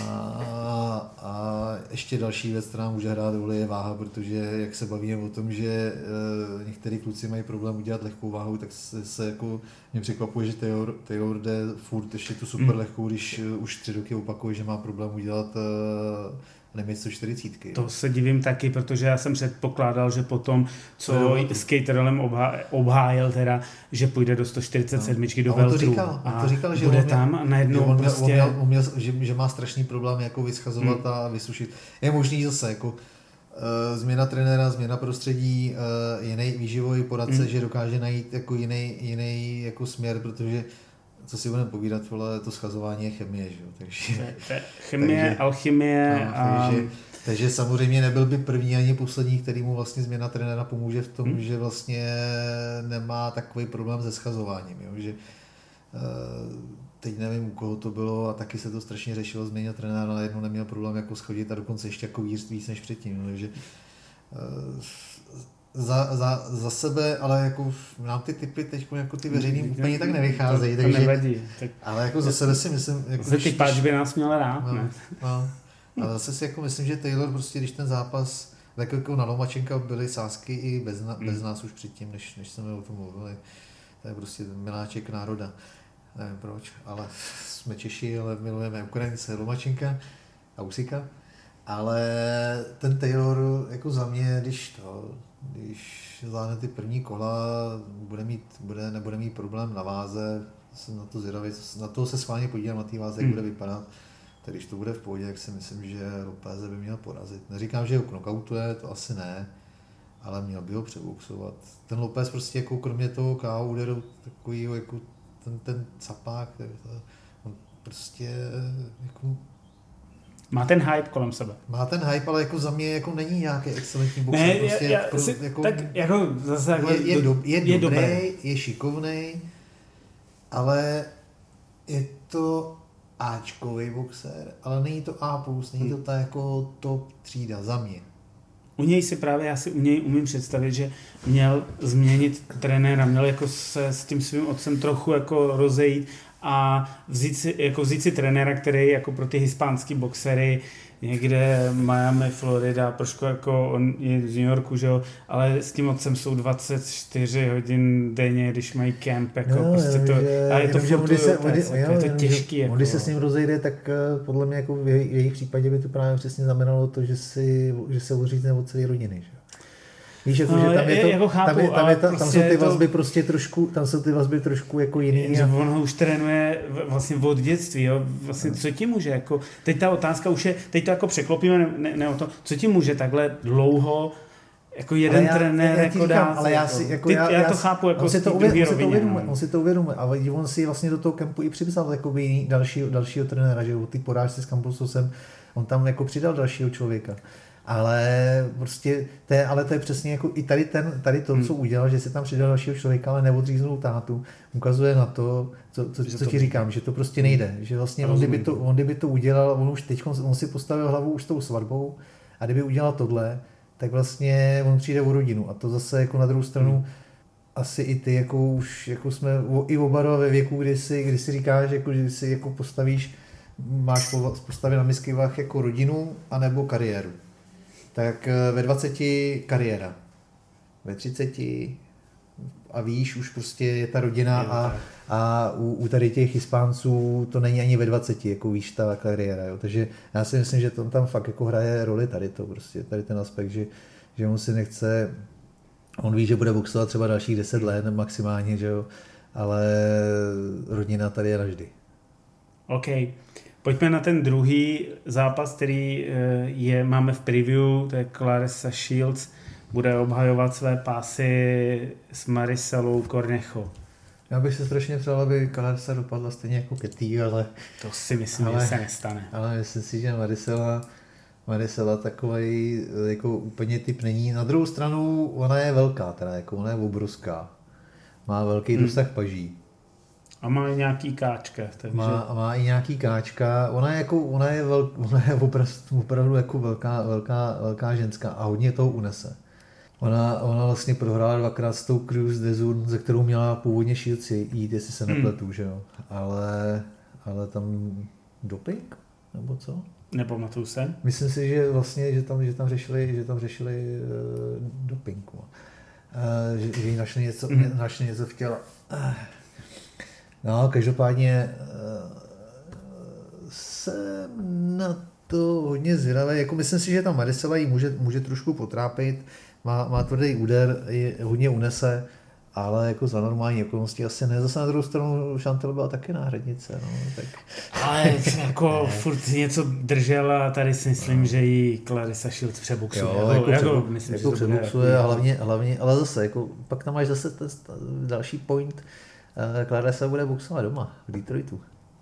B: a ještě další věc, která může hrát roli, je váha, protože jak se bavíme o tom, že uh, některý kluci mají problém udělat lehkou váhu, tak se, se jako mě překvapuje, že Taylor, Taylor jde furt ještě tu super lehkou, když uh, už tři roky opakuje, že má problém udělat uh, limit sto čtyřicet.
A: To se divím taky, protože já jsem předpokládal, že potom, co s Caterellem obhá, obhájil teda, že půjde do sto čtyřicet sedm no. do Veltru.
B: To říkal,
A: a
B: to říkal, že
A: bude
B: on měl,
A: tam a najednou
B: on
A: prostě...
B: On měl, on měl, že, že má strašný problém jako vyschazovat hmm. a vysušit. Je možný zase jako uh, změna trenéra, změna prostředí, uh, jiný výživový poradce, hmm. že dokáže najít jako jiný, jiný jako směr, protože co si budeme povídat, vole, to schazování je chemie, že jo, takže...
A: Chemie, takže, alchymie
B: no,
A: a...
B: Takže, takže samozřejmě nebyl by první ani poslední, který mu vlastně změna trenéra pomůže v tom, hmm. že vlastně nemá takový problém se schazováním, jo, že teď nevím, u koho to bylo a taky se to strašně řešilo, změnil trenéra, ale jednou neměl problém jako schodit a dokonce ještě jako víc, víc než předtím, takže Za, za, za sebe, ale jako nám ty typy teď jako ty veřejný úplně tak nevycházejí,
A: to,
B: takže,
A: to nevadí. Tak
B: ale jako za sebe si myslím... Jako
A: ty páč by nás měl rád,
B: no,
A: ne?
B: No, ale zase si jako myslím, že Taylor prostě, když ten zápas, tak jako na Lomačenka byly sázky i bez, na, mm. bez nás už předtím, než, než jsme o tom mluvili. To je prostě miláček národa. Nevím proč, ale jsme Češi, ale milujeme Ukrajince, Lomačenka a Usika. Ale ten Taylor jako za mě, když to, když zvládne ty první kola, bude mít, bude, nebude mít problém na váze, jsem na to zvědavý, na to se schválně podívám na té váze, jak bude vypadat. Tak když to bude v pohodě, tak si myslím, že Lopeze by měl porazit. Neříkám, že ho knockoutuje, to asi ne, ale měl by ho přeboxovat. Ten Lopez prostě jako kromě toho ká ó úderu takovýho jako ten, ten capák, on prostě jako
A: má ten hype kolem sebe.
B: Má ten hype, ale jako za mě jako není nějaký excelentní boxer.
A: Ne,
B: prostě
A: já,
B: pro,
A: si,
B: jako,
A: tak jako zase
B: je, je, do, je,
A: je
B: dobrý,
A: dobré.
B: je šikovnej, ale je to áčkový boxer, ale není to A plus, není to ta jako top třída za mě.
A: U něj si právě, já si u něj umím představit, že měl změnit trenéra, měl jako se s tím svým otcem trochu jako rozejít a vzít si, jako vzít si trenéra, který jako pro ty hispánský boxery někde Miami, Florida, trošku jako on je z New Yorku, že jo, ale s tím otcem jsou dvacet čtyři hodin denně, když mají kemp, jako
B: no,
A: prostě to,
B: že,
A: a je to
B: jenom,
A: furt,
B: se,
A: to, je,
B: jo,
A: je to těžký.
B: Že,
A: jako.
B: Když se s ním rozejde, tak podle mě jako v jejich případě by to právě přesně znamenalo to, že, si, že se odřízne od celé rodiny, že? Víš, jako, no, že tam je to,
A: jako chápu,
B: tam, je, tam, je, tam,
A: prostě
B: tam jsou ty vazby
A: to...
B: prostě trošku, tam jsou ty vazby trošku jako jiný.
A: Že on ho už trénuje vlastně od dětství, jo, vlastně co ti může, jako, teď ta otázka už je, teď to jako překlopíme, ne, ne, ne o to, co ti může takhle dlouho jako jeden já, trenér
B: já
A: jako dá,
B: ale já, si, jako,
A: ty,
B: já,
A: já
B: já
A: to chápu jako
B: on si to,
A: uvědomuje,
B: on, si to uvědomuje, on si to uvědomuje, ale on si vlastně do toho kempu i připsal jakoby dalšího, dalšího trenéra, že ty porážce s Campusem, on tam jako přidal dalšího člověka. Ale prostě, to je, ale to je přesně jako i tady, ten, tady to, hmm. co udělal, že si tam přidal dalšího člověka, ale neodříznul tátu, ukazuje na to, co, co, co
A: to...
B: ti říkám, že to prostě nejde. Že vlastně on kdyby, to, on kdyby to udělal, on už teď on si postavil hlavu už s tou svatbou a kdyby udělal tohle, tak vlastně on přijde o rodinu. A to zase jako na druhou stranu hmm. asi i ty, jako už jako jsme i oba dva ve věku, kdy si, kdy si říkáš, jako, že si jako postavíš, máš postavit na misky vah jako rodinu anebo kariéru. Tak ve dvaceti kariéra, ve třiceti a víš, už prostě je ta rodina a, a u, u tady těch Hispánců to není ani ve dvaceti, jako víš, ta kariéra, jo. Takže já si myslím, že to tam fakt jako hraje roli tady to prostě, tady ten aspekt, že, že on si nechce, on ví, že bude boxovat třeba dalších deset let maximálně, že jo, ale rodina tady je navždy.
A: OK. Pojďme na ten druhý zápas, který je, máme v preview, to je Claressa Shields, bude obhajovat své pásy s Mariselou Cornejo.
B: Já bych se strašně přál, aby Claressa dopadla stejně jako Ketty, ale...
A: To si myslím, ale, že se nestane.
B: Ale myslím si, že Marisela, Marisela takový jako úplně typ není. Na druhou stranu ona je velká, teda jako ona je obrovská. Má velký hmm. dosah paží.
A: A má i nějaký káčka. Takže...
B: Má, má i nějaký káčka. Ona je, jako, ona je, vel, ona je opravdu, opravdu jako velká, velká, velká ženská a hodně toho unese. Ona, ona vlastně prohrála dvakrát s tou Cruz de Zun, ze kterou měla původně Shields jít, jestli se nepletu, hmm. že jo. Ale, ale tam doping? Nebo co?
A: Nepamatuju se.
B: Myslím si, že vlastně, že tam, že tam řešili, že tam řešili uh, doping. Uh, že, že jí našli něco, hmm. našli něco v těle. Uh. No, každopádně jsem na to hodně zvědavý. Jako myslím si, že ta Marisela ji může, může trošku potrápit, má, má tvrdý úder, je, hodně unese, ale jako za normální okolnosti asi ne. Zase na druhou stranu Chantel byla taky náhradnice. No, tak.
A: Ale jako furt něco držel a tady si myslím, no. že ji Claressa Shields přebuxuje.
B: Jo, jako, jako, jako, myslím, jako přebuxuje a hlavně, hlavně, ale zase, jako, pak tam máš zase ten další point. Claressa bude boxovat doma, v Detroitu.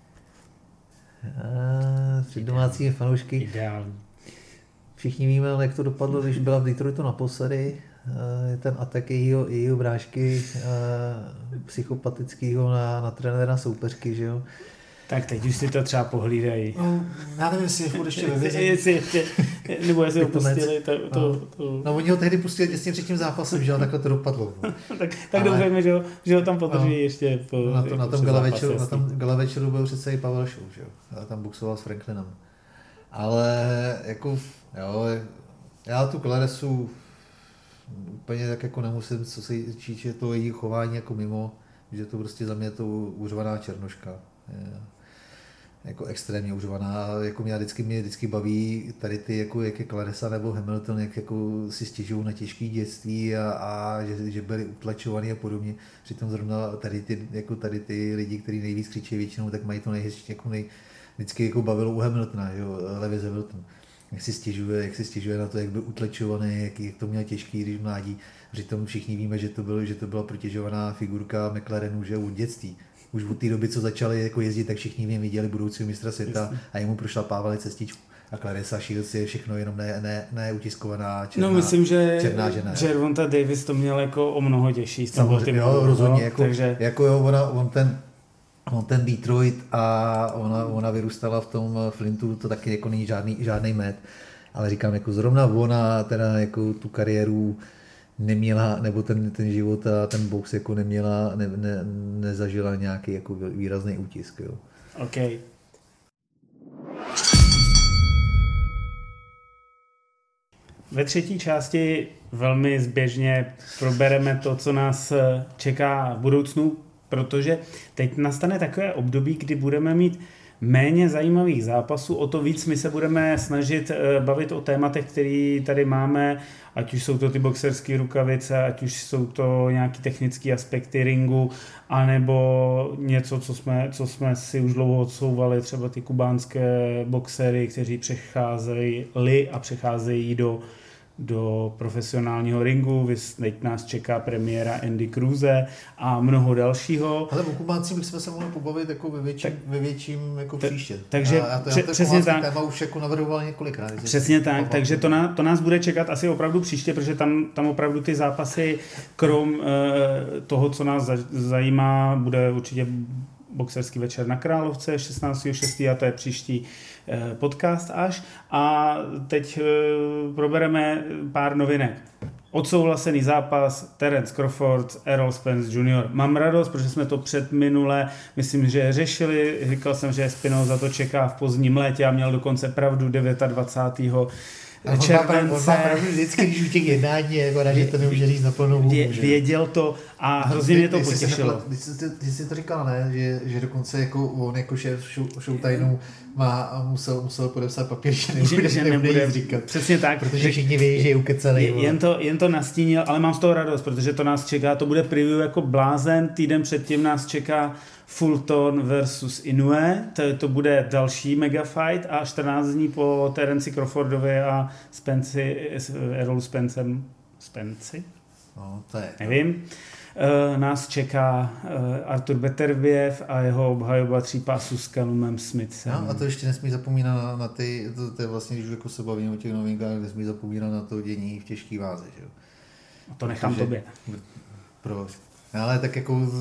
B: Před domácími fanoušky.
A: Ideální.
B: Všichni víme, jak to dopadlo, když byla v Detroitu naposledy. Ten atak jejího, jejího brášky psychopatického na, na trenéra soupeřky, že jo.
A: Tak teď už si to třeba pohlídají.
B: No, já nevím, jestli je furt ještě ve vězení.
A: Jestli ještě, nebo jestli ho pustili. To, to,
B: no.
A: to...
B: no, oni ho tehdy pustili těsně před tím zápasem, že jo, takhle to dopadlo.
A: tak tak ale... doufejme, že ho, že ho tam podrží no, ještě po,
B: na, to,
A: jako
B: na tom gala večeru, na tom gala večeru byl přece i Pavel Show, že jo. Já tam boxoval s Franklinem. Ale jako, jo, já tu Claressu úplně tak jako nemusím, co se týče to její chování jako mimo, že to prostě za mě je to uřvaná černoška. Je, jako extrémně užovaná, jako mě vždycky, mě vždycky baví tady ty, jako jak je Claressa nebo Hamilton, jak jako si stěžují na těžké dětství a, a že, že byli utlačovaný a podobně. Přitom zrovna tady ty, jako tady ty lidi, kteří nejvíc křičí většinou, tak mají to nejhezčí, jako nej, vždycky jako bavilo u Hamiltona, jo, Lewis Hamilton. Jak si stěžuje, jak si stěžuje na to, jak byl utlačovaný, jak, jak to měl těžký, když mládí. Přitom všichni víme, že to, bylo, že to byla protěžovaná figurka McLarenu, že od dětství. Už od té doby, co začali jako jezdit, tak všichni v něm viděli budoucího mistra světa a jemu prošlapávali cestičku. A Claressa Shields je všechno jenom ne, ne, ne utiskovaná černá,
A: no, myslím, že
B: černá žena.
A: Gervonta Davis to měl jako o mnoho těžší.
B: Samozřejmě, jo, rozhodně. Jako,
A: takže...
B: jako jo, ona, on ten on ten Detroit a ona, ona vyrůstala v tom Flintu, to taky jako není žádný, žádný met. Ale říkám, jako zrovna ona teda jako tu kariéru neměla, nebo ten, ten život a ten box jako neměla, ne, ne, nezažila nějaký jako výrazný útisk. Jo.
A: OK. Ve třetí části velmi zběžně probereme to, co nás čeká v budoucnu protože teď nastane takové období, kdy budeme mít méně zajímavých zápasů, o to víc my se budeme snažit bavit o tématech, které tady máme, ať už jsou to ty boxerské rukavice, ať už jsou to nějaké technické aspekty ringu, anebo něco, co jsme, co jsme si už dlouho odsouvali, třeba ty kubánské boxery, kteří přecházejí a přecházejí do do profesionálního ringu, teď nás čeká premiéra Andy Cruze a mnoho dalšího.
B: Ale o Kubáncích bychom se mohli pobavit jako ve větším, tak, ve větším jako
A: tak,
B: příště.
A: Takže
B: a já to,
A: pře-
B: já to
A: přesně tak.
B: téma už jako navrhoval několikrát.
A: Přesně tak, pamatuju. Takže to, na, to nás bude čekat asi opravdu příště, protože tam, tam opravdu ty zápasy, krom uh, toho, co nás zajímá, bude určitě boxerský večer na Královce šestnáctého šestého a to je příští podcast až. A teď probereme pár novinek. Odsouhlasený zápas Terence Crawford, Errol Spence junior Mám radost, protože jsme to před minule, myslím, že řešili. Říkal jsem, že Espinoza to čeká v pozdním létě a měl dokonce pravdu dvacátého devátého července.
B: On má pravdu vždycky, když u těch jednání, jako rád, že to nemůže říct na plnou hubu.
A: Vě, věděl to a hrozně mě to potěšilo.
B: Ty jsi, ty jsi to říkal, ne? Že, že dokonce jako on jako šéf Showtimeu má, musel, musel podepsat papír, že nebude, že nebude, nebude říkat.
A: Přesně tak.
B: Protože všichni vědí, že je ukecelý.
A: Jen to, jen to nastínil, ale mám z toho radost, protože to nás čeká, to bude preview jako blázen, týden předtím nás čeká Fulton versus Inoue, to, to bude další mega fight a čtrnáct dní po Terenci Crawfordovi a Spenci, Errolu Spencem, Spenci?
B: No, to je.
A: Nevím. Uh, nás čeká uh, Artur Beterbiev a jeho obhajoba tří pásů s Callumem Smithem.
B: No, a to ještě nesmí zapomínat na, na ty, to, to je vlastně, když jako se bavíme o těch novinkách, nesmí zapomínat na to dění v těžké váze, že jo.
A: A to nechám Protože, tobě.
B: Proč? Ale tak jako uh,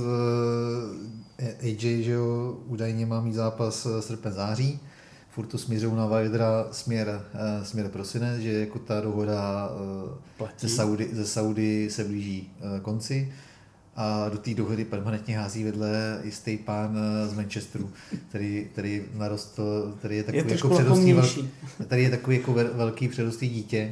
B: A J, že jo, údajně má mít zápas srpen září, furt to směřou na Wildera směr, uh, směr prosinec, že jako ta dohoda uh, ze, Saudi, ze Saudi se blíží uh, konci. A do té dohody permanentně hází vedle jistý pán z Manchesteru, který, který narostl, který je takový je jako předostý, velký, který je takový jako velký předostý dítě,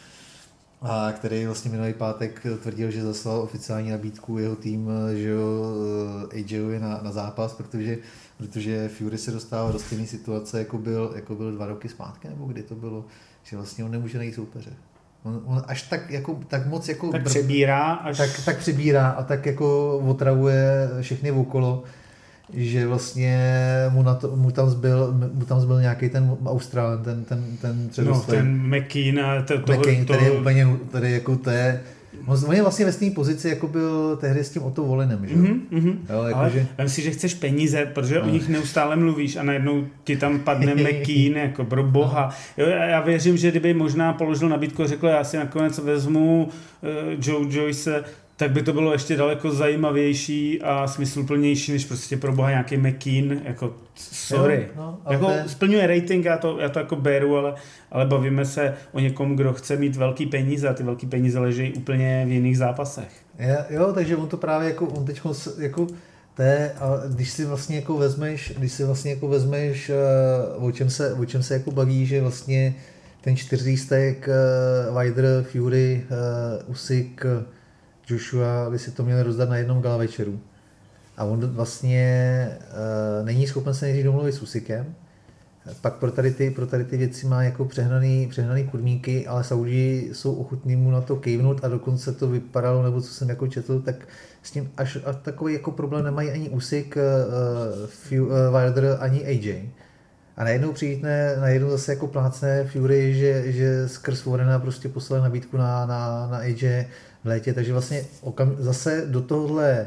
B: a který vlastně minulý pátek tvrdil, že zaslal oficiální nabídku jeho tým, že jo, A J na, na zápas, protože, protože Fury se dostával do stejné situace, jako byl, jako byl dva roky zpátky, nebo kdy to bylo, že vlastně on nemůže najít soupeře. On, on až tak, jako, tak moc jako
A: tak přebírá, až...
B: tak, tak přebírá a tak jako otravuje všechny okolo, že vlastně mu, na to, mu tam zbyl, mu tam zbyl nějaký ten Australen, ten, ten, ten předostlý.
A: No, ten McKean a to, toho,
B: McKean,
A: toho...
B: který je úplně, tady jako to je, on je vlastně ve stejné pozici, jako byl tehdy s tím Otto Volinem, že
A: mm-hmm, mm-hmm.
B: jo? Jako
A: ale
B: že...
A: vem si, že chceš peníze, protože no. o nich neustále mluvíš a najednou ti tam padne McKean, jako pro boha. Jo, já věřím, že kdyby možná položil nabídku a řekl, já si nakonec vezmu uh, Joe Joyce, tak by to bylo ještě daleko zajímavější a smysluplnější, než prostě pro boha nějaký McKean, jako sorry.
B: No, no,
A: jako
B: ten...
A: splňuje rating, já to, já to jako beru, ale, ale bavíme se o někom, kdo chce mít velký peníze a ty velký peníze leží úplně v jiných zápasech.
B: Je, jo, takže on to právě jako, on teď jako té, a když si vlastně jako vezmeš, když si vlastně jako vezmeš, o čem se, o čem se jako baví, že vlastně ten čtyřlístek Wilder, Fury, Usyk, Joshua by si to měl rozdat na jednom gala večeru. A on vlastně uh, není schopen se nejdřív domluvit s Usykem. Pak pro tady ty, pro tady ty věci má jako přehnaný, přehnaný podmínky, ale Saudi jsou ochotní mu na to kejvnout a dokonce to vypadalo, nebo co jsem jako četl, tak s tím až, až takový jako problém nemají ani Usyk, uh, uh, Wilder, ani A J. A najednou přijítne, najednou zase jako plácne Fury, že, že skrz Warrena prostě poslali nabídku na, na, na A J v létě, takže vlastně okam, zase do tohohle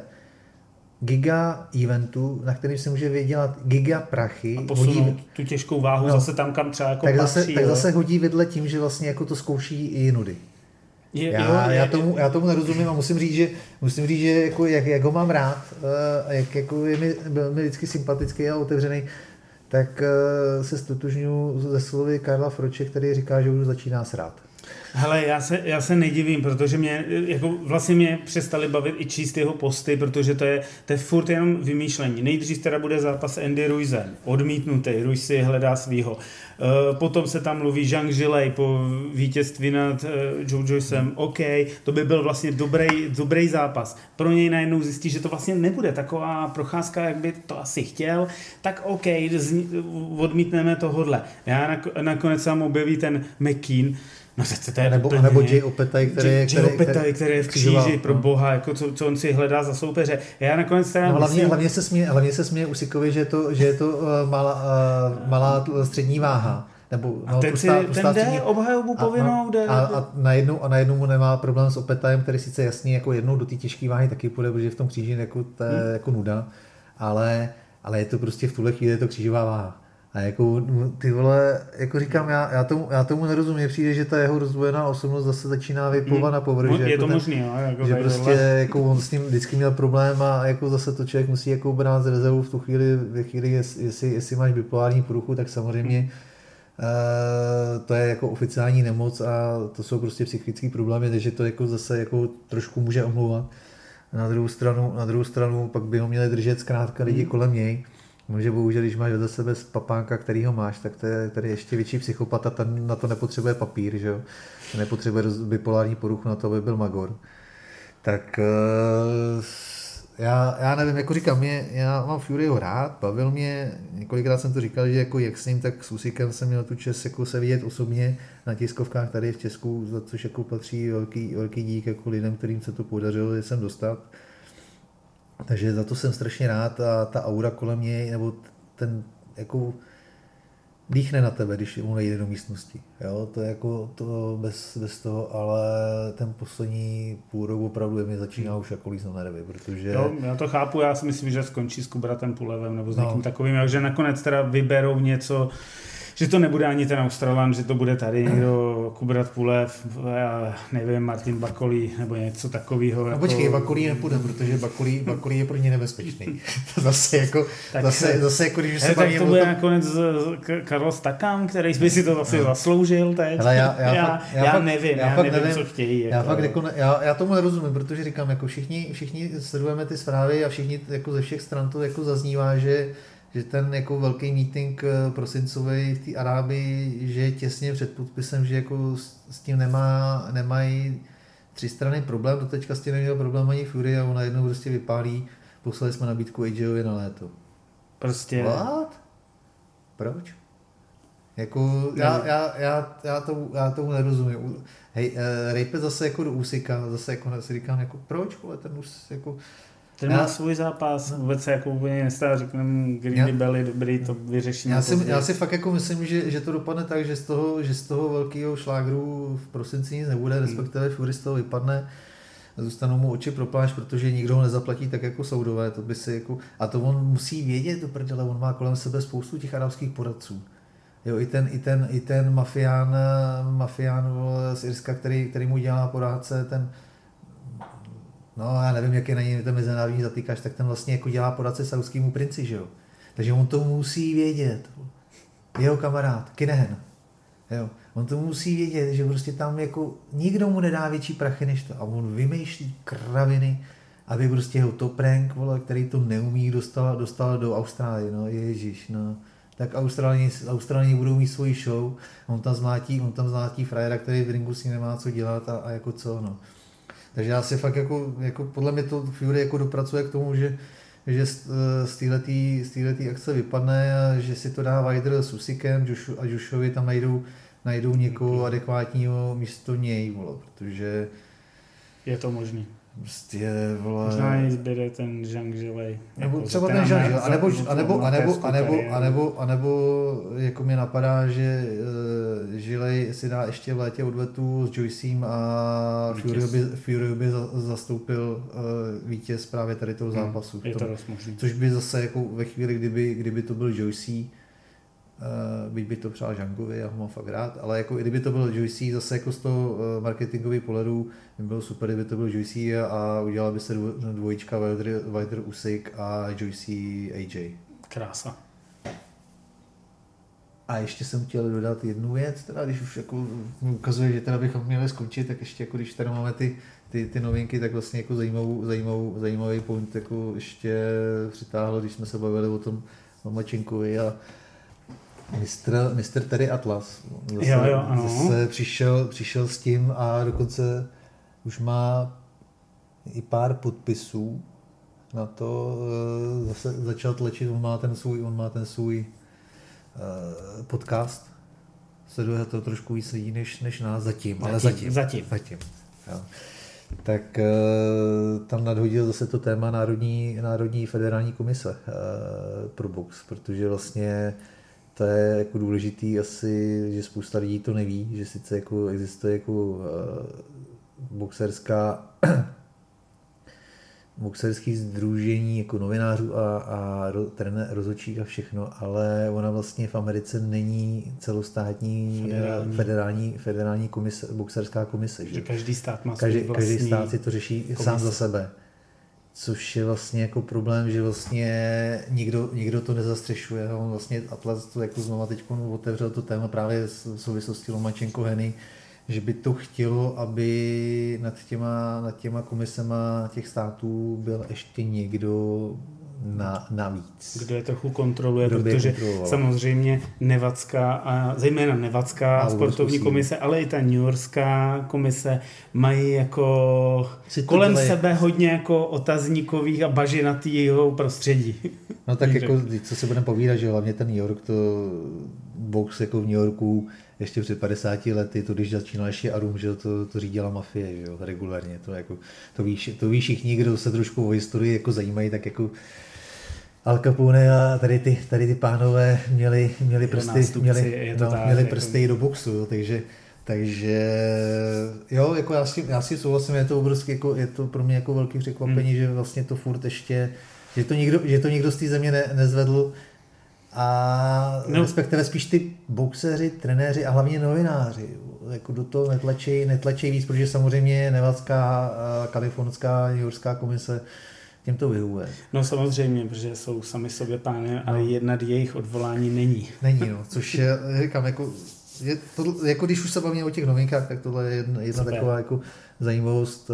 B: giga eventu, na kterým se může vydělat giga prachy.
A: A posunout hodí, tu těžkou váhu no, zase tam, kam třeba jako
B: tak
A: patří.
B: Zase, tak zase hodí vedle tím, že vlastně jako to zkouší i nudy.
A: Je,
B: já,
A: jo, je,
B: já, tomu, já tomu nerozumím a musím říct, že, musím říct, že jako, jak, jak ho mám rád a jak jako je mi, byl mi vždycky sympatický a otevřený, tak se stotožňuji ze slovy Karla Froče, který říká, že už začíná srát.
A: Hele, já se, já se nedivím, protože mě, jako vlastně mě přestali bavit i číst jeho posty, protože to je, to je furt jenom vymýšlení. Nejdřív teda bude zápas Andy Ruizem, odmítnutý, Ruiz si hledá svýho. Uh, potom se tam mluví Zhang Zhilei po vítězství nad uh, Joe Joycem, OK, to by byl vlastně dobrý, dobrý zápas. Pro něj najednou zjistí, že to vlastně nebude taková procházka, jak by to asi chtěl, tak OK, odmítneme tohodle. Já nakonec sám objeví ten McKean. No to je
B: nebo,
A: úplně,
B: nebo Jay Opetaji, který,
A: Jay,
B: který,
A: Jay Opetaji, který je v kříži, pro boha, jako co, co on si hledá za soupeře. Já nakonec teda
B: no, hlavně,
A: myslím...
B: hlavně, se směje, hlavně se směje Usikovi, že je to, že je to uh, malá, uh, malá střední váha. Nebo,
A: a
B: no,
A: ten,
B: prostá,
A: si,
B: prostá
A: ten
B: střední...
A: jde obhajobu povinnou, jde.
B: A, a, najednou, a najednou mu nemá problém s Opetajem, který sice jasně jako jednou do té těžké váhy taky půjde, protože v tom kříži jako, to je hmm. jako nuda, ale, ale je to prostě v tuhle chvíli je to křížová váha. A jako ty vole, jako říkám, já, já, tomu, já tomu nerozumím, přijde, že ta jeho rozvojená osobnost zase začíná vyplouvat hmm. na povrch.
A: No,
B: že
A: je
B: jako
A: to
B: ten,
A: možný, jo. Jako
B: že prostě jako on s tím vždycky měl problém a jako zase to člověk musí jako brát z rezervu v tu chvíli, ve chvíli, jestli, jestli máš bipolární poruchu, tak samozřejmě hmm. uh, to je jako oficiální nemoc a to jsou prostě psychické problémy, takže to jako zase jako trošku může omlouvat. Na druhou stranu, na druhou stranu pak by ho měli držet zkrátka lidi hmm. kolem něj. Může bohužel, když máš vedle sebe papánka, který ho máš, tak to je tady ještě větší psychopat a ten na to nepotřebuje papír, že jo? Nepotřebuje bipolární poruchu na to, aby byl magor. Tak uh, já, já nevím, jako říkám, mě, já mám Furyho rád, bavil mě, několikrát jsem to říkal, že jako jak s ním, tak s Usykem jsem měl tu čest jako se vidět osobně na tiskovkách tady v Česku, za což jako patří velký, velký dík jako lidem, kterým se to podařilo, že jsem dostat. Takže za to jsem strašně rád a ta aura kolem něj, nebo ten jako dýchne na tebe, když mu nejde do místnosti. Jo, to je jako to bez, bez toho, ale ten poslední půl rok opravdu mi začíná už jako líst na nervy, protože...
A: Jo, já to chápu, já si myslím, že skončí s Kubratem Pulevem nebo s
B: no.
A: někým takovým, že nakonec teda vyberou něco, že to nebude ani ten Australan, že to bude tady někdo Kubrat Pulev, já nevím, Martin Bakolí nebo něco takového.
B: No
A: jako...
B: počkej, Bakolí nepůjde, protože Bakolí, Bakolí je pro ně nebezpečný. zase jako,
A: tak,
B: zase, zase jako když se
A: baví... Tak to bude tom... nakonec Carlos Takam, který by si to zase no. zasloužil teď.
B: Hele, já, já, já, fakt, já,
A: já
B: fakt,
A: nevím, já,
B: já
A: nevím,
B: nevím,
A: co chtějí.
B: Já,
A: jako...
B: fakt jako ne, já, já tomu nerozumím, protože říkám, jako všichni, všichni sledujeme ty zprávy a všichni jako ze všech stran to jako zaznívá, že že ten jako velký meeting prosincový v té Arábii, že je těsně před podpisem, že jako s tím nemá, nemají tři strany problém, do teďka s tím neměl problém ani Fury a ona jednou prostě vypálí, poslali jsme nabídku A J na léto.
A: Prostě...
B: What? Proč? Jako já, já, já, já, tomu, já tomu nerozumím. Hej, uh, Rejpe zase jako do Usyka, zase jako si říkám, jako proč, vole, ten už jako...
A: Ten má já, svůj zápas, vůbec se jako úplně nestává, řekneme Greedy Belly, dobrý, to vyřeší.
B: Já si, já si fakt jako myslím, že, že to dopadne tak, že z toho, že z toho velkého šlágru v prosinci nic nebude, hmm. respektive Fury z toho vypadne, zůstanou mu oči pro pláž, protože nikdo ho nezaplatí tak jako soudové, to by si jako, a to on musí vědět, do prdele, on má kolem sebe spoustu těch arabských poradců. Jo, i ten, i ten, i ten mafián, mafián z Irska, který, který mu dělá poradce, ten no já nevím, jak je na něj ten mezinárodní zatýkač, tak ten vlastně jako dělá poradce saudskému princi, že jo. Takže on to musí vědět. Jeho kamarád, Kinehen. Jo. On to musí vědět, že prostě tam jako nikdo mu nedá větší prachy než to. A on vymýšlí kraviny, aby prostě jeho top rank, vole, který to neumí, dostal, dostal do Austrálie. No ježiš, no. Tak Australani, Australani budou mít svoji show, on tam zmátí, on tam zmátí frajera, který v ringu si nemá co dělat a, a jako co, no. Takže já si fakt jako, jako podle mě to Fury jako dopracuje k tomu, že, že z, z téhletý akce vypadne a že si to dá Wilder s Usykem a Joshovi tam najdou, najdou někoho adekvátního místo něj, vole, protože
A: je to možný.
B: Prostě, vole...
A: Možná jí zbyde ten Zhang Zhilei.
B: Nebo jako třeba ten Zhang Zhilei, anebo, anebo, anebo, anebo, anebo, anebo jako mě napadá, že uh, Zhilei si dá ještě v létě odvetu s Joycem a Fury by, Fury by zastoupil uh, vítěz právě tady toho zápasu.
A: Hmm, je to dost možný.
B: Což by zase jako ve chvíli, kdyby, kdyby to byl Joyce, Uh, byť by to přál Zhangovi, já ho mám fakt rád, ale jako i kdyby to byl Joyce, zase jako z toho uh, marketingový pohledu by bylo super, kdyby to byl Joyce a, a udělala by se dvojička Wilder, Wilder Usyk a Joyce A J.
A: Krása.
B: A ještě jsem chtěl dodat jednu věc, teda když už jako ukazuje, že teda bychom měli skončit, tak ještě jako když tady máme ty, ty, ty novinky, tak vlastně jako zajímavou, zajímavou, zajímavý point jako ještě přitáhlo, když jsme se bavili o tom Lomachenkovi a mistr, mistr Terry Atlas. Zase,
A: jo, jo, ano.
B: zase přišel, přišel s tím a dokonce už má i pár podpisů na to, zase začal tlačit, on má ten svůj, on má ten svůj podcast. Sleduje to trošku víc lidí než, než nás zatím,
A: zatím
B: ale zatím.
A: Zatím.
B: zatím. Jo. Tak tam nadhodil zase to téma Národní, Národní federální komise pro box, protože vlastně to je jako důležitý asi, že spousta lidí to neví, že sice jako existuje jako boxerská boxerský sdružení jako novinářů a, a rozhodčích a všechno, ale ona vlastně v Americe není celostátní federální, federální, federální komise, boxerská komise. Že?
A: Že každý stát má
B: každý,
A: vlastní
B: každý stát si to řeší komise. Sám za sebe. Což je vlastně jako problém, že vlastně nikdo, nikdo to nezastřešuje. On vlastně Atlas to jako znova teď otevřel to téma právě v souvislosti Lomachenko Henny, že by to chtělo, aby nad těma, nad těma komisema těch států byl ještě někdo na, navíc.
A: Kdo je trochu kontroluje,
B: Kdo
A: protože samozřejmě Nevadská, a zejména Nevadská a sportovní komise, ale i ta New Yorkská komise mají jako kolem dělají... sebe hodně jako otazníkových a bažinatýho prostředí.
B: No tak jako, co se budeme povídat, že hlavně ten New York, to box jako v New Yorku ještě před padesáti lety, to když začínal ještě Arum, že to, to řídila mafie, že jo, regulárně, to jako, to ví, to ví všichni, kdo se trošku o historii jako zajímají, tak jako Al Capone a tady ty, tady ty pánové měli, měli prsty, měli, no, tak, měli prsty jako... do boxu, jo, takže, takže jo, jako já s tím, já s tím souhlasím, je to obrovský, jako, je to pro mě jako velký překvapení, hmm. že vlastně to furt ještě, že to nikdo, že to nikdo z té země ne, nezvedl. A no. respektive spíš ty boxeři, trenéři a hlavně novináři jako do toho netlačí, netlačí víc, protože samozřejmě Nevadská, kalifornská, New Yorkská komise těm to vyhovuje.
A: No samozřejmě, protože jsou sami sobě pány, ale no. jednat jejich odvolání není.
B: Není, no, což je, říkám, jako, je to, jako když už se bavíme o těch novinkách, tak tohle je jedna, jedna taková jako zajímavost.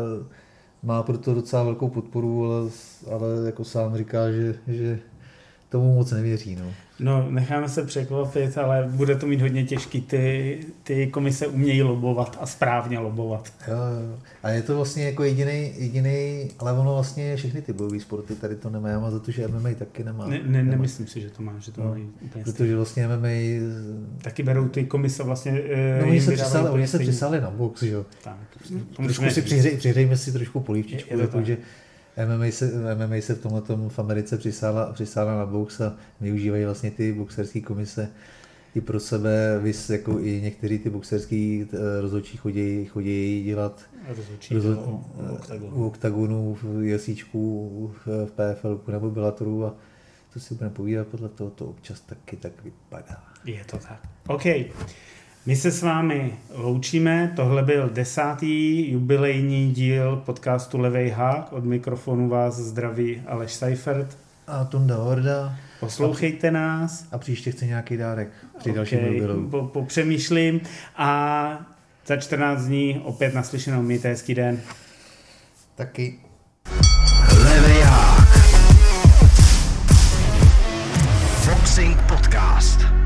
B: Má proto docela velkou podporu, ale, ale jako sám říká, že, že tomu moc nevěří. No.
A: no, necháme se překvapit, ale bude to mít hodně těžký. Ty, ty komise umějí lobovat a správně lobovat.
B: Jo, jo. A je to vlastně jako jediný, jediný, ale ono vlastně všechny ty bojové sporty tady to nemá, já mám za to, že M M A taky nemá.
A: Ne, ne, nemyslím si, že to má, že to no, mají úplně
B: protože stejný. Vlastně M M A...
A: Taky berou ty komise vlastně...
B: No, oni se přisali, oni se přisali na box, že jo. Tak. Trošku si přihřej, přihrejme si trošku polívčičku, protože M M A se, M M A se v tomhletom v Americe přisála, přisála na box a využívají vlastně ty boxerské komise i pro sebe, vys jako i někteří ty boxerský rozhodčí chodí, chodí dělat
A: rozhodčí
B: rozhod,
A: u oktagonu.
B: u oktagonu, v jesíčku, v P F L nebo Bellatoru a to si budeme povídat, podle toho to občas taky tak vypadá.
A: Je to tak. OK. My se s vámi loučíme, tohle byl desátý jubilejní díl podcastu Levej hák, od mikrofonu vás zdraví Aleš Seifert
B: a Tonda Horda.
A: Poslouchejte nás.
B: A příště chce nějaký dárek při okay, dalším jubileu.
A: Po, popřemýšlím a za čtrnáct dní opět naslyšenou, mějte hezký den.
B: Taky.
C: Levej hák. Boxing podcast.